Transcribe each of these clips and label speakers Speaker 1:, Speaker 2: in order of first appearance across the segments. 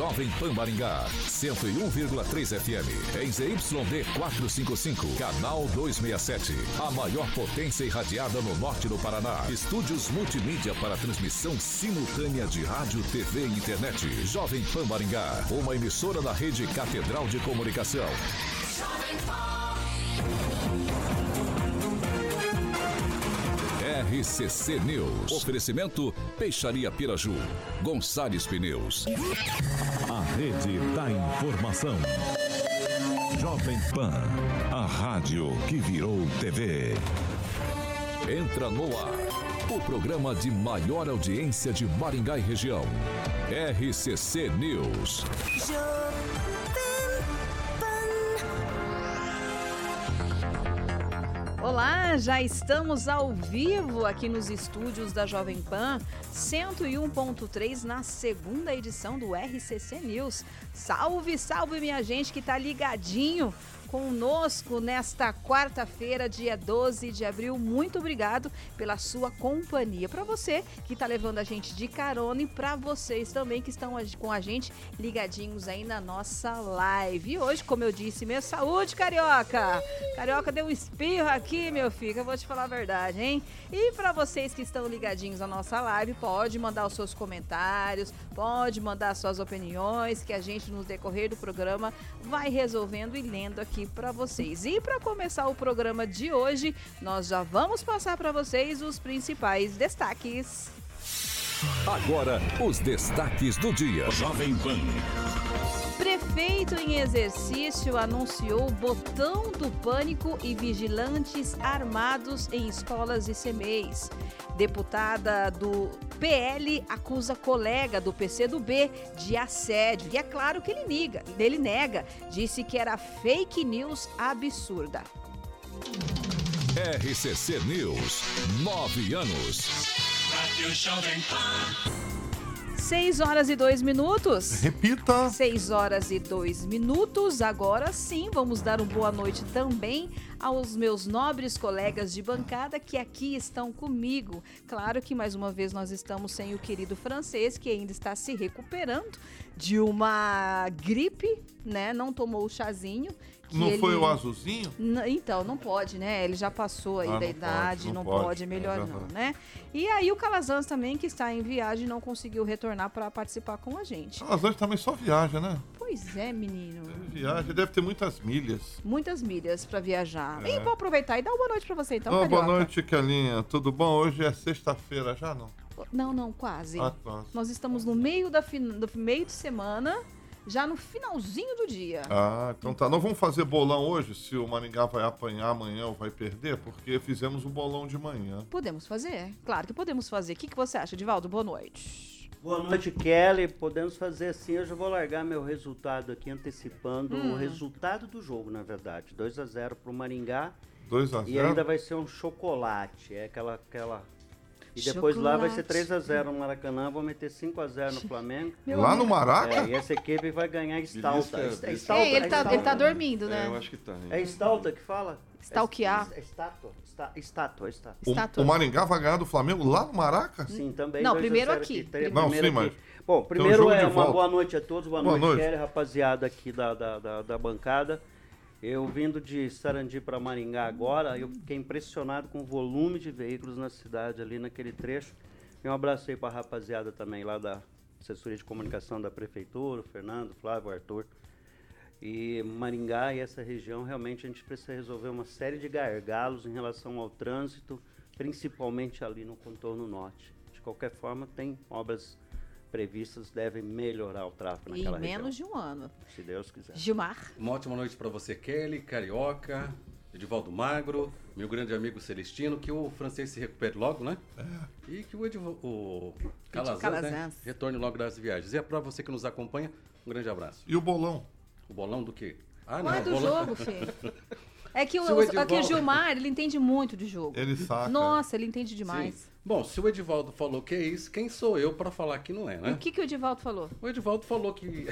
Speaker 1: Jovem Pan Maringá, 101,3 FM. Em ZYD 455, canal 267. A maior potência irradiada no norte do Paraná. Estúdios multimídia para transmissão simultânea de rádio, TV e internet. Jovem Pan Maringá, uma emissora da rede Catedral de Comunicação. Jovem Pan. RCC News. Oferecimento Peixaria Piraju. Gonçalves Pneus.
Speaker 2: A rede da informação. Jovem Pan. A rádio que virou TV.
Speaker 1: Entra no ar. O programa de maior audiência de Maringá e região. RCC News.
Speaker 3: Olá, já estamos ao vivo aqui nos estúdios da Jovem Pan 101.3 na segunda edição do RCC News. Salve, salve minha gente que está ligadinho conosco nesta quarta-feira, dia 12 de abril. Muito obrigado pela sua companhia. Para você que está levando a gente de carona e para vocês também que estão com a gente ligadinhos aí na nossa live. E hoje, como eu disse, minha saúde, Carioca! Carioca deu um espirro aqui, meu filho, eu vou te falar a verdade, hein? E para vocês que estão ligadinhos na nossa live, pode mandar os seus comentários, pode mandar suas opiniões, que a gente no decorrer do programa vai resolvendo e lendo aqui para vocês. E para começar o programa de hoje, nós já vamos passar para vocês os principais destaques.
Speaker 1: Agora, os destaques do dia. Jovem Pan.
Speaker 3: Prefeito em exercício anunciou botão do pânico e vigilantes armados em escolas e CMEs. Deputada do PL acusa colega do PCdoB de assédio. E é claro que ele nega. Disse que era fake news absurda.
Speaker 1: RCC News, 9 anos.
Speaker 4: Rádio Jovem Pan.
Speaker 3: 6 horas e 2 minutos.
Speaker 5: Repita.
Speaker 3: 6 horas e 2 minutos. Agora sim, vamos dar uma boa noite também aos meus nobres colegas de bancada que aqui estão comigo. Claro que mais uma vez nós estamos sem o querido francês, que ainda está se recuperando de uma gripe, né? Não tomou o chazinho.
Speaker 5: Não foi o azulzinho?
Speaker 3: Então, não pode, né? Ele já passou aí da idade, não pode, é melhor não, né? E aí o Calazans também, que está em viagem, não conseguiu retornar para participar com a gente.
Speaker 5: Calazans também só viaja, né?
Speaker 3: Pois é, menino.
Speaker 5: Ele viaja, deve ter muitas milhas.
Speaker 3: Muitas milhas para viajar. E vou aproveitar e dar uma boa noite para você então,
Speaker 5: Carioca. Boa noite, Kelinha. Tudo bom? Hoje é sexta-feira já, não?
Speaker 3: Não, quase.
Speaker 5: Quase.
Speaker 3: Nós estamos no meio do meio de semana, já no finalzinho do dia.
Speaker 5: Então tá. Não vamos fazer bolão hoje, se o Maringá vai apanhar amanhã ou vai perder, porque fizemos o bolão de manhã.
Speaker 3: Podemos fazer, claro que podemos fazer. O que você acha, Divaldo? Boa noite.
Speaker 6: Boa noite, Kelly. Podemos fazer assim. Eu já vou largar meu resultado aqui, antecipando o resultado do jogo, na verdade. 2-0 pro Maringá.
Speaker 5: 2-0.
Speaker 6: E ainda vai ser um chocolate. É aquela... E depois chocolate. Lá vai ser 3-0 no Maracanã, vou meter 5-0 no Flamengo.
Speaker 5: Lá no Maraca?
Speaker 6: E essa equipe vai ganhar Estalta.
Speaker 3: Ele tá dormindo, né?
Speaker 5: Eu acho que tá.
Speaker 6: É Estalta que fala?
Speaker 3: Stalkear.
Speaker 6: Estátua.
Speaker 5: O Maringá vai ganhar do Flamengo lá no Maraca?
Speaker 6: Sim, também.
Speaker 3: Não, primeiro aqui.
Speaker 5: Mas...
Speaker 6: Bom, primeiro uma boa noite a todos. Boa noite, Kelly, rapaziada aqui da bancada. Eu vindo de Sarandi para Maringá agora, eu fiquei impressionado com o volume de veículos na cidade, ali naquele trecho. E um abraço aí para a rapaziada também lá da assessoria de comunicação da prefeitura, o Fernando, Flávio, o Arthur. E Maringá e essa região, realmente a gente precisa resolver uma série de gargalos em relação ao trânsito, principalmente ali no contorno norte. De qualquer forma, tem obras previstas, devem melhorar o tráfego naquela região.
Speaker 3: Em menos de um ano.
Speaker 6: Se Deus quiser.
Speaker 3: Gilmar.
Speaker 7: Uma ótima noite para você, Kelly, Carioca, Edivaldo Magro, meu grande amigo Celestino, que o francês se recupere logo, né? E que o Calazans, né, retorne logo das viagens. E para você que nos acompanha, um grande abraço.
Speaker 5: E o bolão?
Speaker 7: O bolão do quê?
Speaker 3: Não é do jogo, filho. É que o Gilmar, ele entende muito de jogo.
Speaker 5: Ele saca.
Speaker 3: Nossa, ele entende demais.
Speaker 7: Sim. Bom, se o Edivaldo falou que é isso, quem sou eu para falar que não é, né?
Speaker 3: O que o Edivaldo falou?
Speaker 7: O Edivaldo falou que...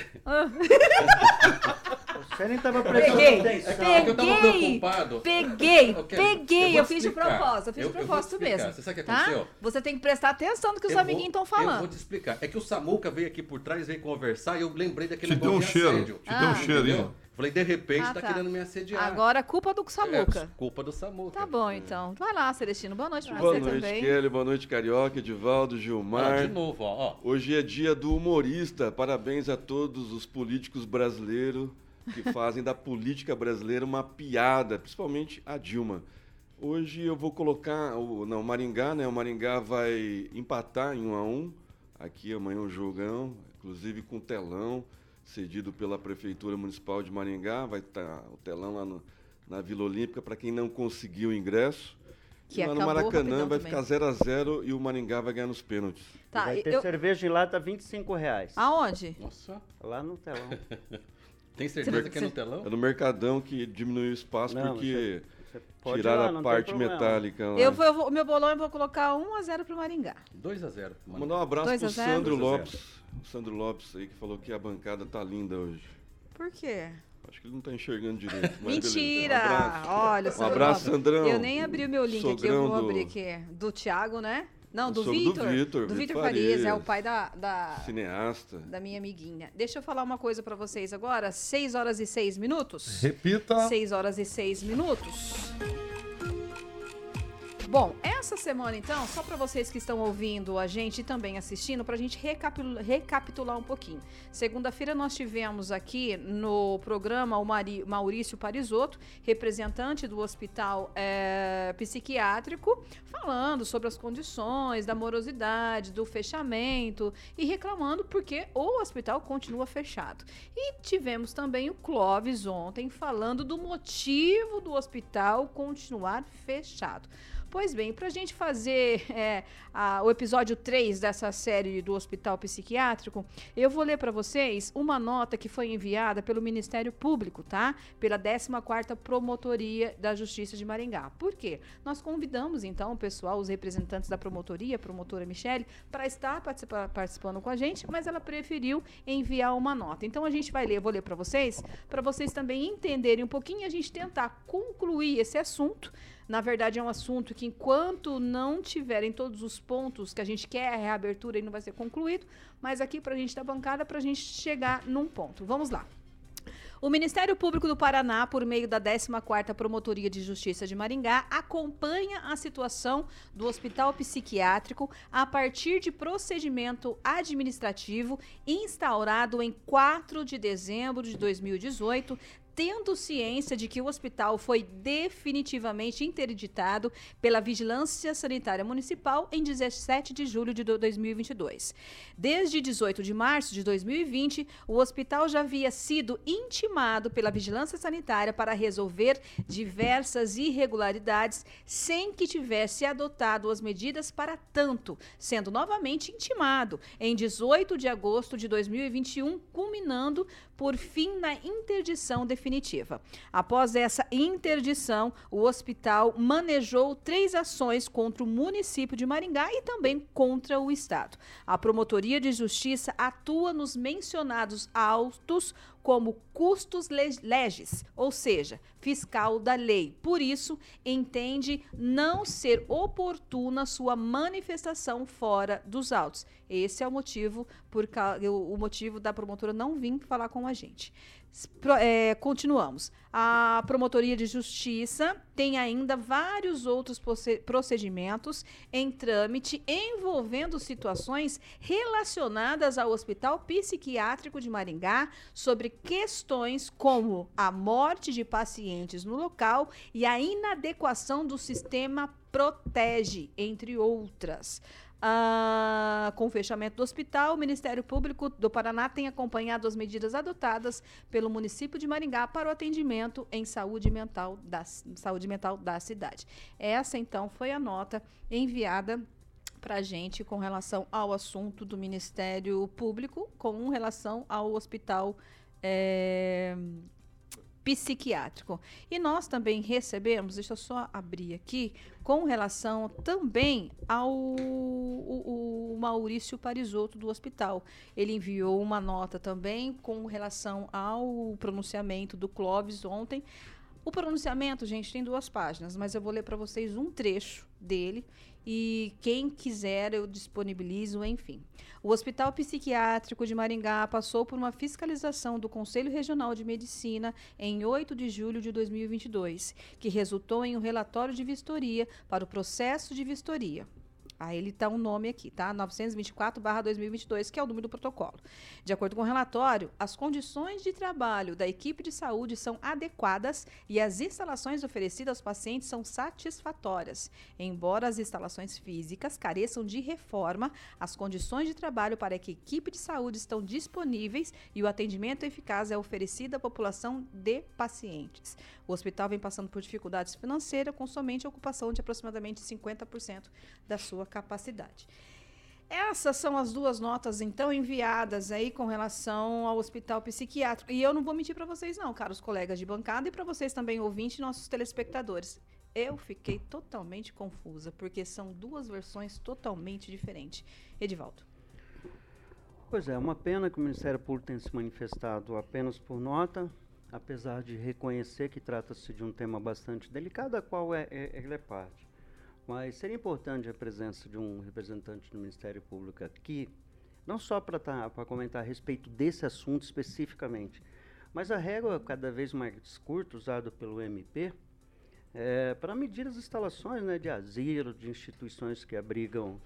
Speaker 6: Você nem estava prestando atenção.
Speaker 7: Eu tava preocupado.
Speaker 3: Peguei. Eu fiz de propósito mesmo.
Speaker 7: Você sabe o que aconteceu?
Speaker 3: Você tem que prestar atenção no que os amiguinhos estão falando.
Speaker 7: Eu vou te explicar. É que o Samuca veio aqui por trás, veio conversar e eu lembrei daquele
Speaker 5: negócio de assédio. Te deu um cheirinho.
Speaker 7: Falei, de repente, tá querendo me assediar.
Speaker 3: Agora, culpa do Samuca.
Speaker 7: Culpa do Samuca.
Speaker 3: Tá bom, então. Vai lá, Celestino. Boa noite pra você também.
Speaker 8: Boa noite, Kelly. Boa noite, Carioca, Edivaldo, Gilmar.
Speaker 7: De novo, ó.
Speaker 8: Hoje é dia do humorista. Parabéns a todos os políticos brasileiros que fazem da política brasileira uma piada, principalmente a Dilma. Hoje eu vou colocar o Maringá, né? O Maringá vai empatar em 1-1. Aqui amanhã um jogão, inclusive com telão, cedido pela Prefeitura Municipal de Maringá. Vai estar o telão lá na Vila Olímpica para quem não conseguiu o ingresso.
Speaker 3: Que
Speaker 8: e lá no Maracanã vai ficar 0-0 e o Maringá vai ganhar nos pênaltis.
Speaker 6: Tá, vai ter cerveja em lata R$25.
Speaker 3: Aonde?
Speaker 7: Nossa.
Speaker 6: Lá no telão.
Speaker 7: Tem certeza que é no telão?
Speaker 8: É no Mercadão que diminuiu o espaço porque
Speaker 6: você
Speaker 8: tiraram a parte metálica.
Speaker 3: Lá. O meu bolão eu vou colocar 1-0 pro Maringá.
Speaker 7: 2-0.
Speaker 8: Mandar um abraço pro Sandro Lopes. O Sandro Lopes aí que falou que a bancada tá linda hoje.
Speaker 3: Por quê?
Speaker 8: Acho que ele não tá enxergando direito.
Speaker 3: Mentira! Olha,
Speaker 8: um abraço, Sandrão.
Speaker 3: Eu nem abri o meu link aqui, eu vou abrir aqui. Do Thiago, né? Não, do Vitor. Do Vitor Farias, é o pai da
Speaker 8: cineasta.
Speaker 3: Da minha amiguinha. Deixa eu falar uma coisa pra vocês agora. 6h06.
Speaker 5: Repita.
Speaker 3: 6h06. Bom, essa semana, então, só para vocês que estão ouvindo a gente e também assistindo, para a gente recapitular um pouquinho. Segunda-feira nós tivemos aqui no programa o Maurício Parisotto, representante do hospital psiquiátrico, falando sobre as condições da morosidade, do fechamento e reclamando porque o hospital continua fechado. E tivemos também o Clóvis ontem falando do motivo do hospital continuar fechado. Pois bem, para a gente fazer o episódio 3 dessa série do Hospital Psiquiátrico, eu vou ler para vocês uma nota que foi enviada pelo Ministério Público, tá? Pela 14ª Promotoria da Justiça de Maringá. Por quê? Nós convidamos, então, o pessoal, os representantes da promotoria, a promotora Michele, para estar participando com a gente, mas ela preferiu enviar uma nota. Então, a gente vai ler, eu vou ler para vocês também entenderem um pouquinho e a gente tentar concluir esse assunto. Na verdade, é um assunto que, enquanto não tiverem todos os pontos que a gente quer, a reabertura aí não vai ser concluído, mas aqui para a gente da bancada, para a gente chegar num ponto. Vamos lá. O Ministério Público do Paraná, por meio da 14ª Promotoria de Justiça de Maringá, acompanha a situação do Hospital Psiquiátrico a partir de procedimento administrativo instaurado em 4 de dezembro de 2018, tendo ciência de que o hospital foi definitivamente interditado pela Vigilância Sanitária Municipal em 17 de julho de 2022. Desde 18 de março de 2020, o hospital já havia sido intimado pela Vigilância Sanitária para resolver diversas irregularidades sem que tivesse adotado as medidas para tanto, sendo novamente intimado em 18 de agosto de 2021, culminando por fim na interdição definitiva. Após essa interdição, o hospital manejou 3 ações contra o município de Maringá e também contra o Estado. A Promotoria de Justiça atua nos mencionados autos como custos legis, ou seja, fiscal da lei. Por isso, entende não ser oportuna sua manifestação fora dos autos. Esse é o motivo, o motivo da promotora não vir falar com a gente. Continuamos. A Promotoria de Justiça tem ainda vários outros procedimentos em trâmite envolvendo situações relacionadas ao Hospital Psiquiátrico de Maringá sobre questões como a morte de pacientes no local e a inadequação do sistema Protege, entre outras. Com o fechamento do hospital, o Ministério Público do Paraná tem acompanhado as medidas adotadas pelo município de Maringá para o atendimento em saúde mental da cidade. Essa, então, foi a nota enviada para a gente com relação ao assunto do Ministério Público com relação ao hospital psiquiátrico. E nós também recebemos, deixa eu só abrir aqui, com relação também ao o Maurício Parisotto do hospital. Ele enviou uma nota também com relação ao pronunciamento do Clóvis ontem. O pronunciamento, gente, tem 2 páginas, mas eu vou ler para vocês um trecho dele e quem quiser eu disponibilizo, enfim. O Hospital Psiquiátrico de Maringá passou por uma fiscalização do Conselho Regional de Medicina em 8 de julho de 2022, que resultou em um relatório de vistoria para o processo de vistoria. Aí ele está um nome aqui, tá? 924/2022, que é o número do protocolo. De acordo com o relatório, as condições de trabalho da equipe de saúde são adequadas e as instalações oferecidas aos pacientes são satisfatórias. Embora as instalações físicas careçam de reforma, as condições de trabalho para a equipe de saúde estão disponíveis e o atendimento eficaz é oferecido à população de pacientes. O hospital vem passando por dificuldades financeiras, com somente a ocupação de aproximadamente 50% da sua capacidade. Essas são as 2 notas, então, enviadas aí com relação ao hospital psiquiátrico. E eu não vou mentir para vocês não, caros colegas de bancada, e para vocês também, ouvintes e nossos telespectadores. Eu fiquei totalmente confusa, porque são 2 versões totalmente diferentes. Edivaldo.
Speaker 6: Pois é, uma pena que o Ministério Público tenha se manifestado apenas por nota, apesar de reconhecer que trata-se de um tema bastante delicado, a qual ele é parte. Mas seria importante a presença de um representante do Ministério Público aqui, não só para comentar a respeito desse assunto especificamente, mas a régua cada vez mais curta usada pelo MP para medir as instalações, né, de asilo, de instituições que abrigam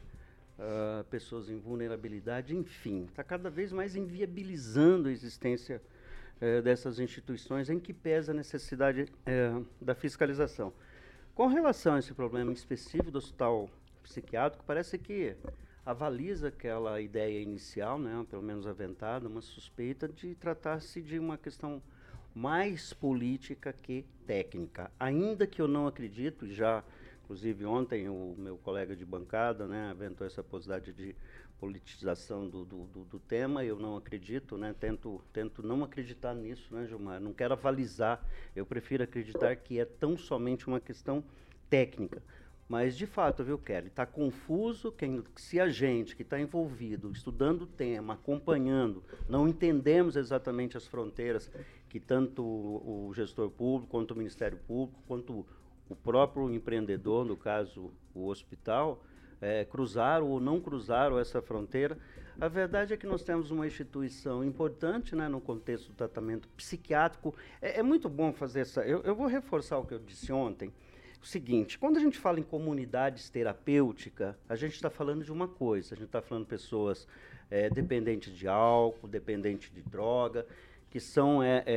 Speaker 6: pessoas em vulnerabilidade, enfim, está cada vez mais inviabilizando a existência dessas instituições, em que pesa a necessidade da fiscalização. Com relação a esse problema específico do hospital psiquiátrico, parece que avaliza aquela ideia inicial, né, pelo menos aventada, uma suspeita de tratar-se de uma questão mais política que técnica. Ainda que eu não acredito, já, inclusive ontem o meu colega de bancada, né, aventou essa possibilidade de politização do tema, eu não acredito, né, tento não acreditar nisso, né, Gilmar, não quero avalizar, eu prefiro acreditar que é tão somente uma questão técnica. Mas, de fato, viu, Kelly, está confuso se a gente que está envolvido, estudando o tema, acompanhando, não entendemos exatamente as fronteiras que tanto o gestor público, quanto o Ministério Público, quanto o próprio empreendedor, no caso o hospital, cruzaram ou não cruzaram essa fronteira. A verdade é que nós temos uma instituição importante, né, no contexto do tratamento psiquiátrico. É muito bom fazer essa... Eu vou reforçar o que eu disse ontem. O seguinte, quando a gente fala em comunidades terapêuticas, a gente está falando de uma coisa. A gente está falando de pessoas dependentes de álcool, dependentes de droga, que são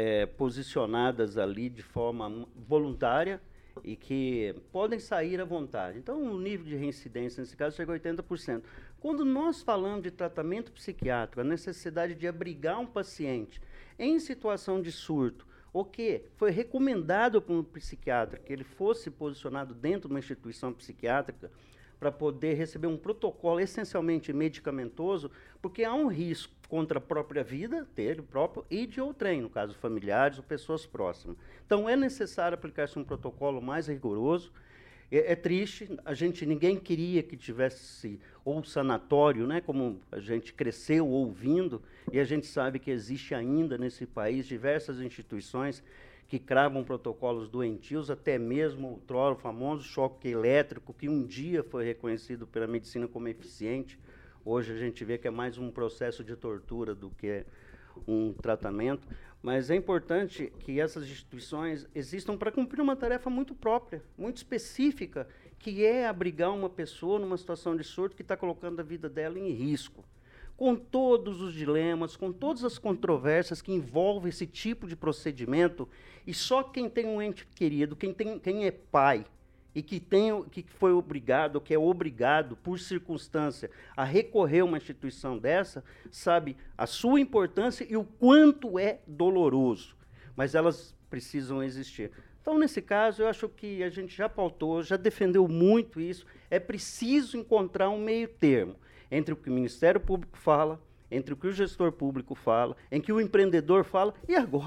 Speaker 6: posicionadas ali de forma voluntária, e que podem sair à vontade. Então, o nível de reincidência, nesse caso, chega a 80%. Quando nós falamos de tratamento psiquiátrico, a necessidade de abrigar um paciente em situação de surto, o que foi recomendado por um psiquiatra que ele fosse posicionado dentro de uma instituição psiquiátrica para poder receber um protocolo essencialmente medicamentoso, porque há um risco contra a própria vida dele próprio e de outrem, no caso familiares ou pessoas próximas. Então é necessário aplicar-se um protocolo mais rigoroso. É triste, ninguém queria que tivesse ou sanatório, né, como a gente cresceu ouvindo, e a gente sabe que existe ainda nesse país diversas instituições que cravam protocolos doentios, até mesmo o famoso choque elétrico, que um dia foi reconhecido pela medicina como eficiente. Hoje a gente vê que é mais um processo de tortura do que um tratamento. Mas é importante que essas instituições existam para cumprir uma tarefa muito própria, muito específica, que é abrigar uma pessoa numa situação de surto que está colocando a vida dela em risco. Com todos os dilemas, com todas as controvérsias que envolvem esse tipo de procedimento, e só quem tem um ente querido, quem é pai, e que foi obrigado, que é obrigado, por circunstância, a recorrer a uma instituição dessa, sabe a sua importância e o quanto é doloroso. Mas elas precisam existir. Então, nesse caso, eu acho que a gente já pautou, já defendeu muito isso. É preciso encontrar um meio termo entre o que o Ministério Público fala, entre o que o gestor público fala, em que o empreendedor fala, e agora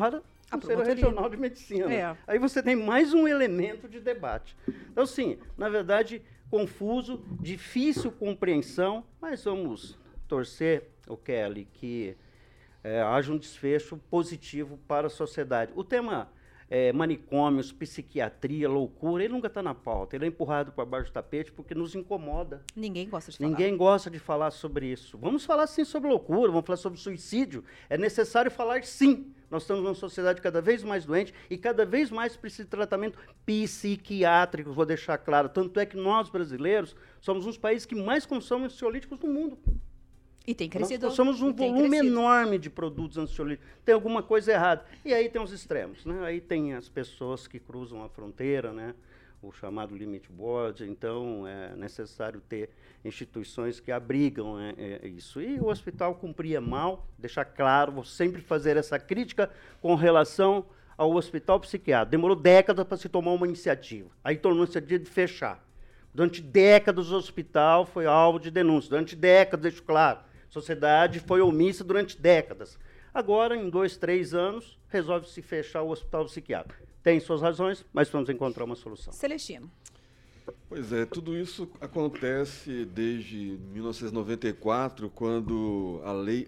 Speaker 6: Conselho Regional de Medicina. Aí você tem mais um elemento de debate. Então, sim, na verdade, confuso, difícil compreensão, mas vamos torcer, Kelly, que haja um desfecho positivo para a sociedade. O tema manicômios, psiquiatria, loucura, ele nunca está na pauta, ele é empurrado para baixo do tapete porque nos incomoda.
Speaker 3: Ninguém gosta de falar.
Speaker 6: Ninguém gosta de falar sobre isso. Vamos falar sim sobre loucura, vamos falar sobre suicídio. É necessário falar sim. Nós estamos numa sociedade cada vez mais doente e cada vez mais precisa de tratamento psiquiátrico, vou deixar claro. Tanto é que nós, brasileiros, somos um dos países que mais consomem ansiolíticos do mundo.
Speaker 3: E tem crescido.
Speaker 6: Nós somos um volume enorme de produtos ansiolíticos. Tem alguma coisa errada. E aí tem os extremos, né? Aí tem as pessoas que cruzam a fronteira, né? O chamado limit board. Então, é necessário ter instituições que abrigam isso. E o hospital cumpria mal, deixar claro, vou sempre fazer essa crítica com relação ao hospital psiquiátrico. Demorou décadas para se tomar uma iniciativa. Aí tornou-se a dia de fechar. Durante décadas o hospital foi alvo de denúncia. Durante décadas, deixo claro. A sociedade foi omissa durante décadas. Agora, em 2, 3 anos, resolve-se fechar o hospital psiquiátrico. Tem suas razões, mas vamos encontrar uma solução.
Speaker 3: Celestino.
Speaker 8: Pois é, tudo isso acontece desde 1994, quando a lei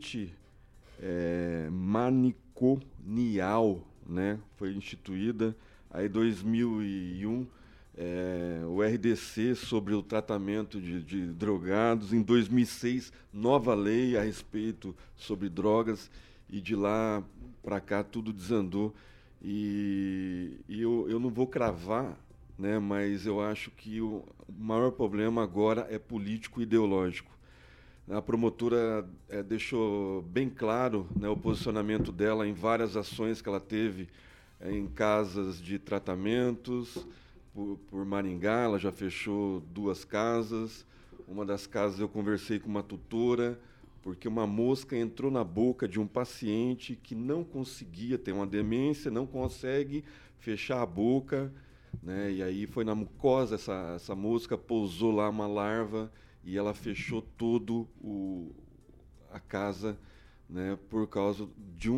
Speaker 8: anti-maniconial, né, foi instituída. Aí, em 2001, o RDC sobre o tratamento de drogados. Em 2006, nova lei a respeito sobre drogas, e de lá para cá tudo desandou. E eu não vou cravar, né, mas eu acho que o maior problema agora é político-ideológico. A promotora deixou bem claro, né, o posicionamento dela em várias ações que ela teve em casas de tratamentos. Por Maringá, ela já fechou 2 casas. Uma das casas eu conversei com uma tutora, porque uma mosca entrou na boca de um paciente que não conseguia, ter uma demência, não consegue fechar a boca, né? E aí foi na mucosa, essa mosca pousou lá uma larva e ela fechou todo a casa, né, por causa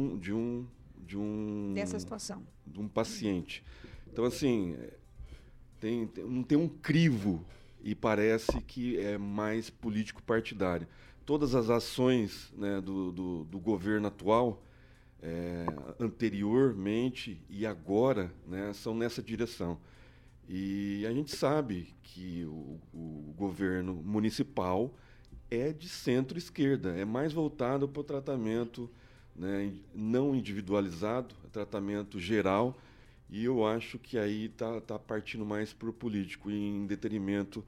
Speaker 3: dessa situação.
Speaker 8: De um paciente. Então, assim, não tem um crivo e parece que é mais político-partidário. Todas as ações, né, do governo atual, anteriormente e agora, né, são nessa direção. E a gente sabe que o governo municipal é de centro-esquerda, é mais voltado para o tratamento, né, não individualizado, tratamento geral. E eu acho que aí está partindo mais para o político, em detrimento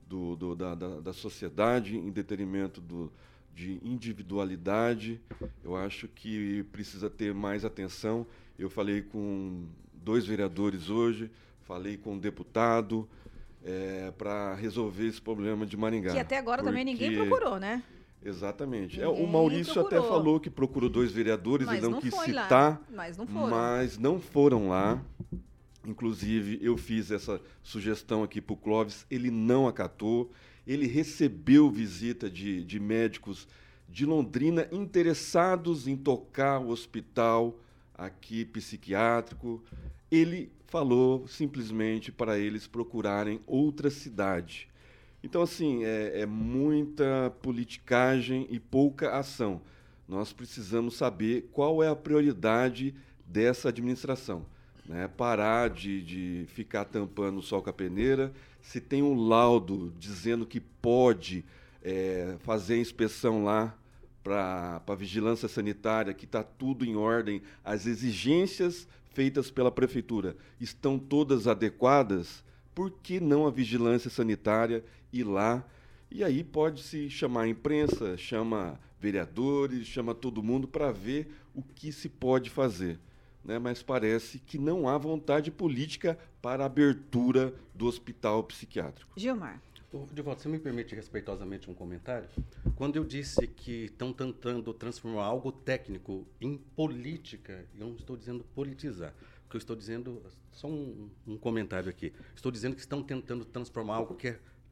Speaker 8: da sociedade, em detrimento de individualidade. Eu acho que precisa ter mais atenção. Eu falei com 2 vereadores hoje, falei com um deputado para resolver esse problema de Maringá.
Speaker 3: Que até agora também ninguém procurou, né?
Speaker 8: Exatamente. O Maurício até falou que procurou 2 vereadores, ele não quis citar, mas não foram lá. Inclusive, eu fiz essa sugestão aqui para o Clóvis, ele não acatou. Ele recebeu visita de médicos de Londrina interessados em tocar o hospital aqui psiquiátrico. Ele falou simplesmente para eles procurarem outra cidade. Então, assim, é muita politicagem e pouca ação. Nós precisamos saber qual é a prioridade dessa administração, né? Parar de ficar tampando o sol com a peneira. Se tem um laudo dizendo que pode fazer a inspeção lá para a vigilância sanitária, que está tudo em ordem, as exigências feitas pela prefeitura estão todas adequadas, por que não a vigilância sanitária ir lá? E aí pode-se chamar a imprensa, chama vereadores, chama todo mundo para ver o que se pode fazer, né? Mas parece que não há vontade política para a abertura do hospital psiquiátrico.
Speaker 3: Gilmar.
Speaker 7: Divaldo, você me permite respeitosamente um comentário? Quando eu disse que estão tentando transformar algo técnico em política, eu não estou dizendo politizar. O que eu estou dizendo, só um comentário aqui, estou dizendo que estão tentando transformar algo que é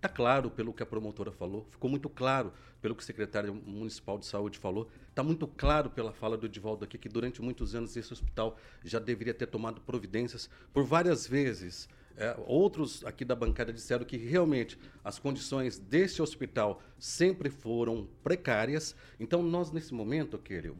Speaker 7: Está claro pelo que a promotora falou, ficou muito claro pelo que o secretário municipal de saúde falou, está muito claro pela fala do Edivaldo aqui que durante muitos anos esse hospital já deveria ter tomado providências por várias vezes. Outros aqui da bancada disseram que realmente as condições desse hospital sempre foram precárias. Então, nós, nesse momento, Kelly,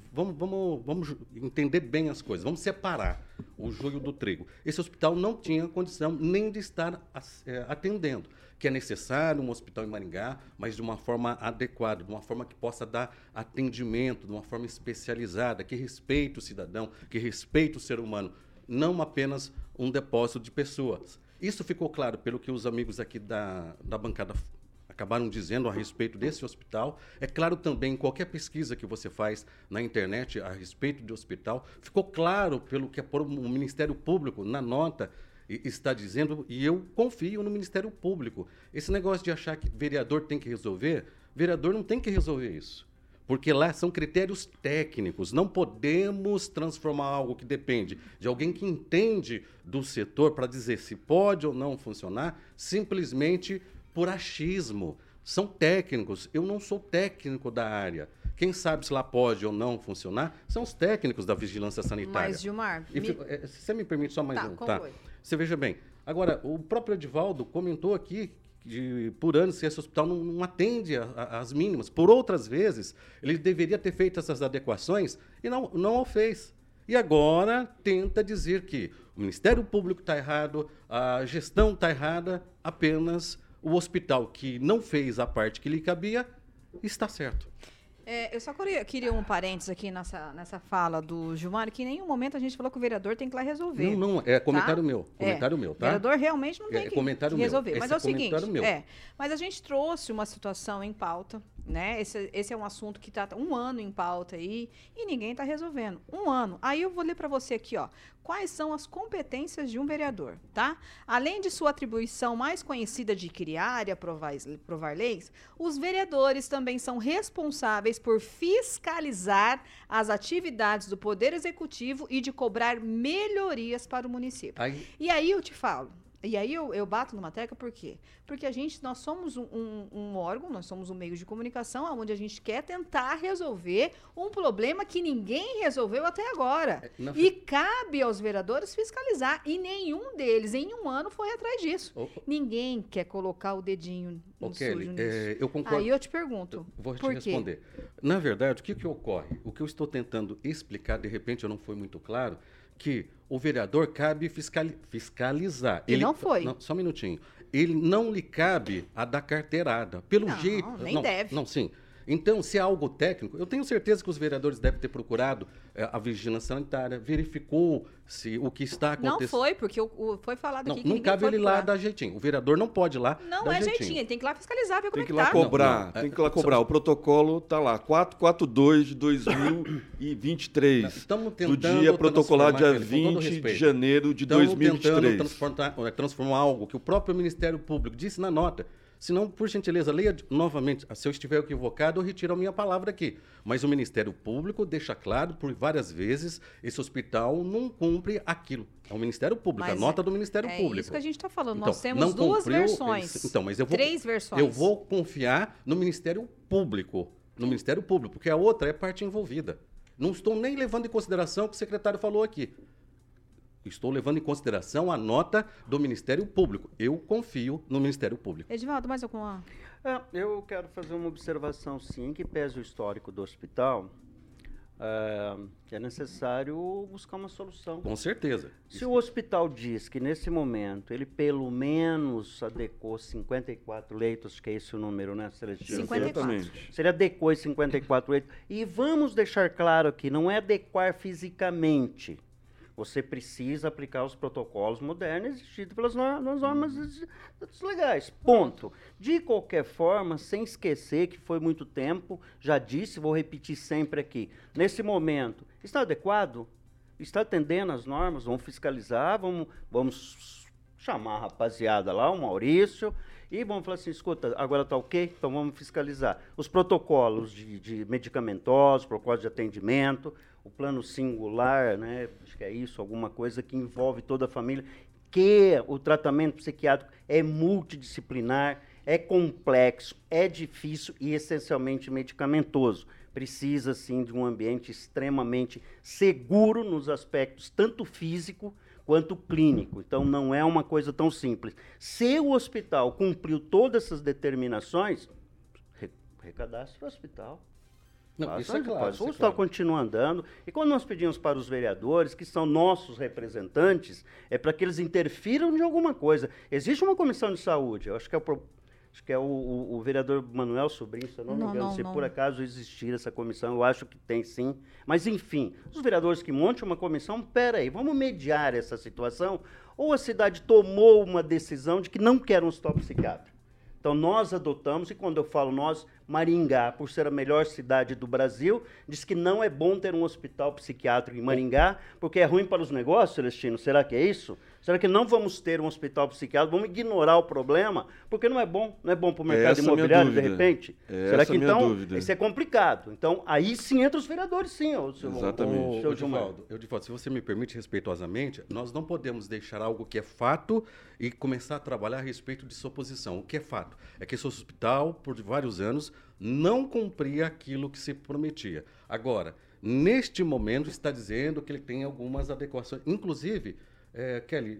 Speaker 7: vamos entender bem as coisas, vamos separar o joio do trigo. Esse hospital não tinha condição nem de estar atendendo, que é necessário um hospital em Maringá, mas de uma forma adequada, de uma forma que possa dar atendimento, de uma forma especializada, que respeite o cidadão, que respeite o ser humano, não apenas um depósito de pessoas. Isso ficou claro pelo que os amigos aqui da bancada acabaram dizendo a respeito desse hospital. É claro também, qualquer pesquisa que você faz na internet a respeito do hospital, ficou claro pelo que o Ministério Público, na nota, está dizendo, e eu confio no Ministério Público. Esse negócio de achar que vereador tem que resolver, vereador não tem que resolver isso. Porque lá são critérios técnicos. Não podemos transformar algo que depende de alguém que entende do setor para dizer se pode ou não funcionar, simplesmente por achismo. São técnicos. Eu não sou técnico da área. Quem sabe se lá pode ou não funcionar são os técnicos da vigilância sanitária.
Speaker 3: Mas, Gilmar...
Speaker 7: Se você me permite só mais um.
Speaker 3: Tá.
Speaker 7: Você veja bem. Agora, o próprio Edivaldo comentou aqui por anos esse hospital não atende às mínimas. Por outras vezes, ele deveria ter feito essas adequações e não o fez. E agora tenta dizer que o Ministério Público está errado, a gestão está errada, apenas o hospital que não fez a parte que lhe cabia está certo.
Speaker 3: Eu só queria um parênteses aqui nessa fala do Gilmar, que em nenhum momento a gente falou que o vereador tem que ir lá resolver.
Speaker 7: Não, é comentário meu. Comentário meu, tá?
Speaker 3: O vereador realmente não tem que resolver. Mas é o seguinte, mas a gente trouxe uma situação em pauta, né? Esse é um assunto que está 1 ano em pauta aí e ninguém está resolvendo. 1 ano. Aí eu vou ler para você aqui, ó. Quais são as competências de um vereador, tá? Além de sua atribuição mais conhecida de criar e aprovar leis, os vereadores também são responsáveis por fiscalizar as atividades do Poder Executivo e de cobrar melhorias para o município. E aí eu te falo, e aí eu bato numa tecla, por quê? Porque nós somos um órgão, nós somos um meio de comunicação onde a gente quer tentar resolver um problema que ninguém resolveu até agora. E cabe aos vereadores fiscalizar. E nenhum deles, em 1 ano, foi atrás disso. Ninguém quer colocar o dedinho no sujo nisso.
Speaker 7: Eu concordo.
Speaker 3: Aí eu te pergunto,
Speaker 7: vou te responder. Na verdade, o que ocorre? O que eu estou tentando explicar, de repente eu não fui muito claro, que o vereador cabe fiscalizar.
Speaker 3: Ele não foi.
Speaker 7: Só um minutinho. Ele não lhe cabe a dar carteirada. Pelo jeito...
Speaker 3: Nem deve.
Speaker 7: Não, sim. Então, se é algo técnico, eu tenho certeza que os vereadores devem ter procurado a vigilância sanitária, verificou se o que está acontecendo...
Speaker 3: Não foi, porque foi falado aqui que
Speaker 7: não cabe ele lá dar jeitinho. O vereador não pode ir lá
Speaker 3: Não é jeitinho, ele tem que ir lá fiscalizar, ver como é que tá.
Speaker 8: Tem que ir lá cobrar. O protocolo está lá, 442 de 2023.
Speaker 7: Estamos tentando
Speaker 8: do dia protocolado dia 20 de janeiro de 2023.
Speaker 7: Estamos tentando transformar algo que o próprio Ministério Público disse na nota. Se não, por gentileza, leia novamente. Se eu estiver equivocado, eu retiro a minha palavra aqui. Mas o Ministério Público deixa claro por várias vezes, esse hospital não cumpre aquilo. É o Ministério Público, a nota do Ministério Público. É
Speaker 3: isso que a gente está falando. Então, nós temos 2 versões.
Speaker 7: Mas
Speaker 3: 3 versões.
Speaker 7: Eu vou confiar no Ministério Público. No Ministério Público, porque a outra é parte envolvida. Não estou nem levando em consideração o que o secretário falou aqui. Estou levando em consideração a nota do Ministério Público. Eu confio no Ministério Público.
Speaker 3: Edivaldo, mais alguma?
Speaker 6: Eu quero fazer uma observação, sim, que pese o histórico do hospital, que é necessário buscar uma solução.
Speaker 7: Com certeza.
Speaker 6: Se o hospital diz que, nesse momento, ele pelo menos adequou 54 leitos, que é esse o número, né, Celestino?
Speaker 3: 54.
Speaker 6: Se ele adequou 54 leitos, e vamos deixar claro aqui, não é adequar fisicamente. Você precisa aplicar os protocolos modernos exigidos pelas normas legais. Ponto. De qualquer forma, sem esquecer que foi muito tempo, já disse, vou repetir sempre aqui. Nesse momento, está adequado? Está atendendo às normas? Vamos fiscalizar, vamos chamar a rapaziada lá, o Maurício, e vamos falar assim, escuta, agora está ok? Então vamos fiscalizar. Os protocolos de medicamentosos, protocolos de atendimento, o plano singular, né? Acho que é isso, alguma coisa que envolve toda a família, que o tratamento psiquiátrico é multidisciplinar, é complexo, é difícil e essencialmente medicamentoso. Precisa, sim, de um ambiente extremamente seguro nos aspectos tanto físico quanto clínico. Então, não é uma coisa tão simples. Se o hospital cumpriu todas essas determinações, recadastre o hospital.
Speaker 7: Não, isso é claro.
Speaker 6: O hospital continua andando. E quando nós pedimos para os vereadores, que são nossos representantes, é para que eles interfiram de alguma coisa. Existe uma comissão de saúde, eu acho que é o vereador Manuel Sobrinho, se eu não me engano, se por acaso existir essa comissão, eu acho que tem sim. Mas, enfim, os vereadores que montam uma comissão, peraí, vamos mediar essa situação, ou a cidade tomou uma decisão de que não quer um hospital psiquiátrico. Então, nós adotamos, e quando eu falo nós, Maringá, por ser a melhor cidade do Brasil, diz que não é bom ter um hospital psiquiátrico em Maringá, porque é ruim para os negócios, Celestino. Será que é isso? Será que não vamos ter um hospital psiquiátrico? Vamos ignorar o problema? Porque não é bom. Não é bom para o mercado imobiliário, de repente? Será que então isso é complicado? Então, aí sim entra os vereadores, sim.
Speaker 8: Exatamente.
Speaker 7: Edivaldo, se você me permite respeitosamente, nós não podemos deixar algo que é fato e começar a trabalhar a respeito de suposição. O que é fato? É que esse hospital, por vários anos, não cumpria aquilo que se prometia. Agora, neste momento, está dizendo que ele tem algumas adequações. Inclusive, Kelly,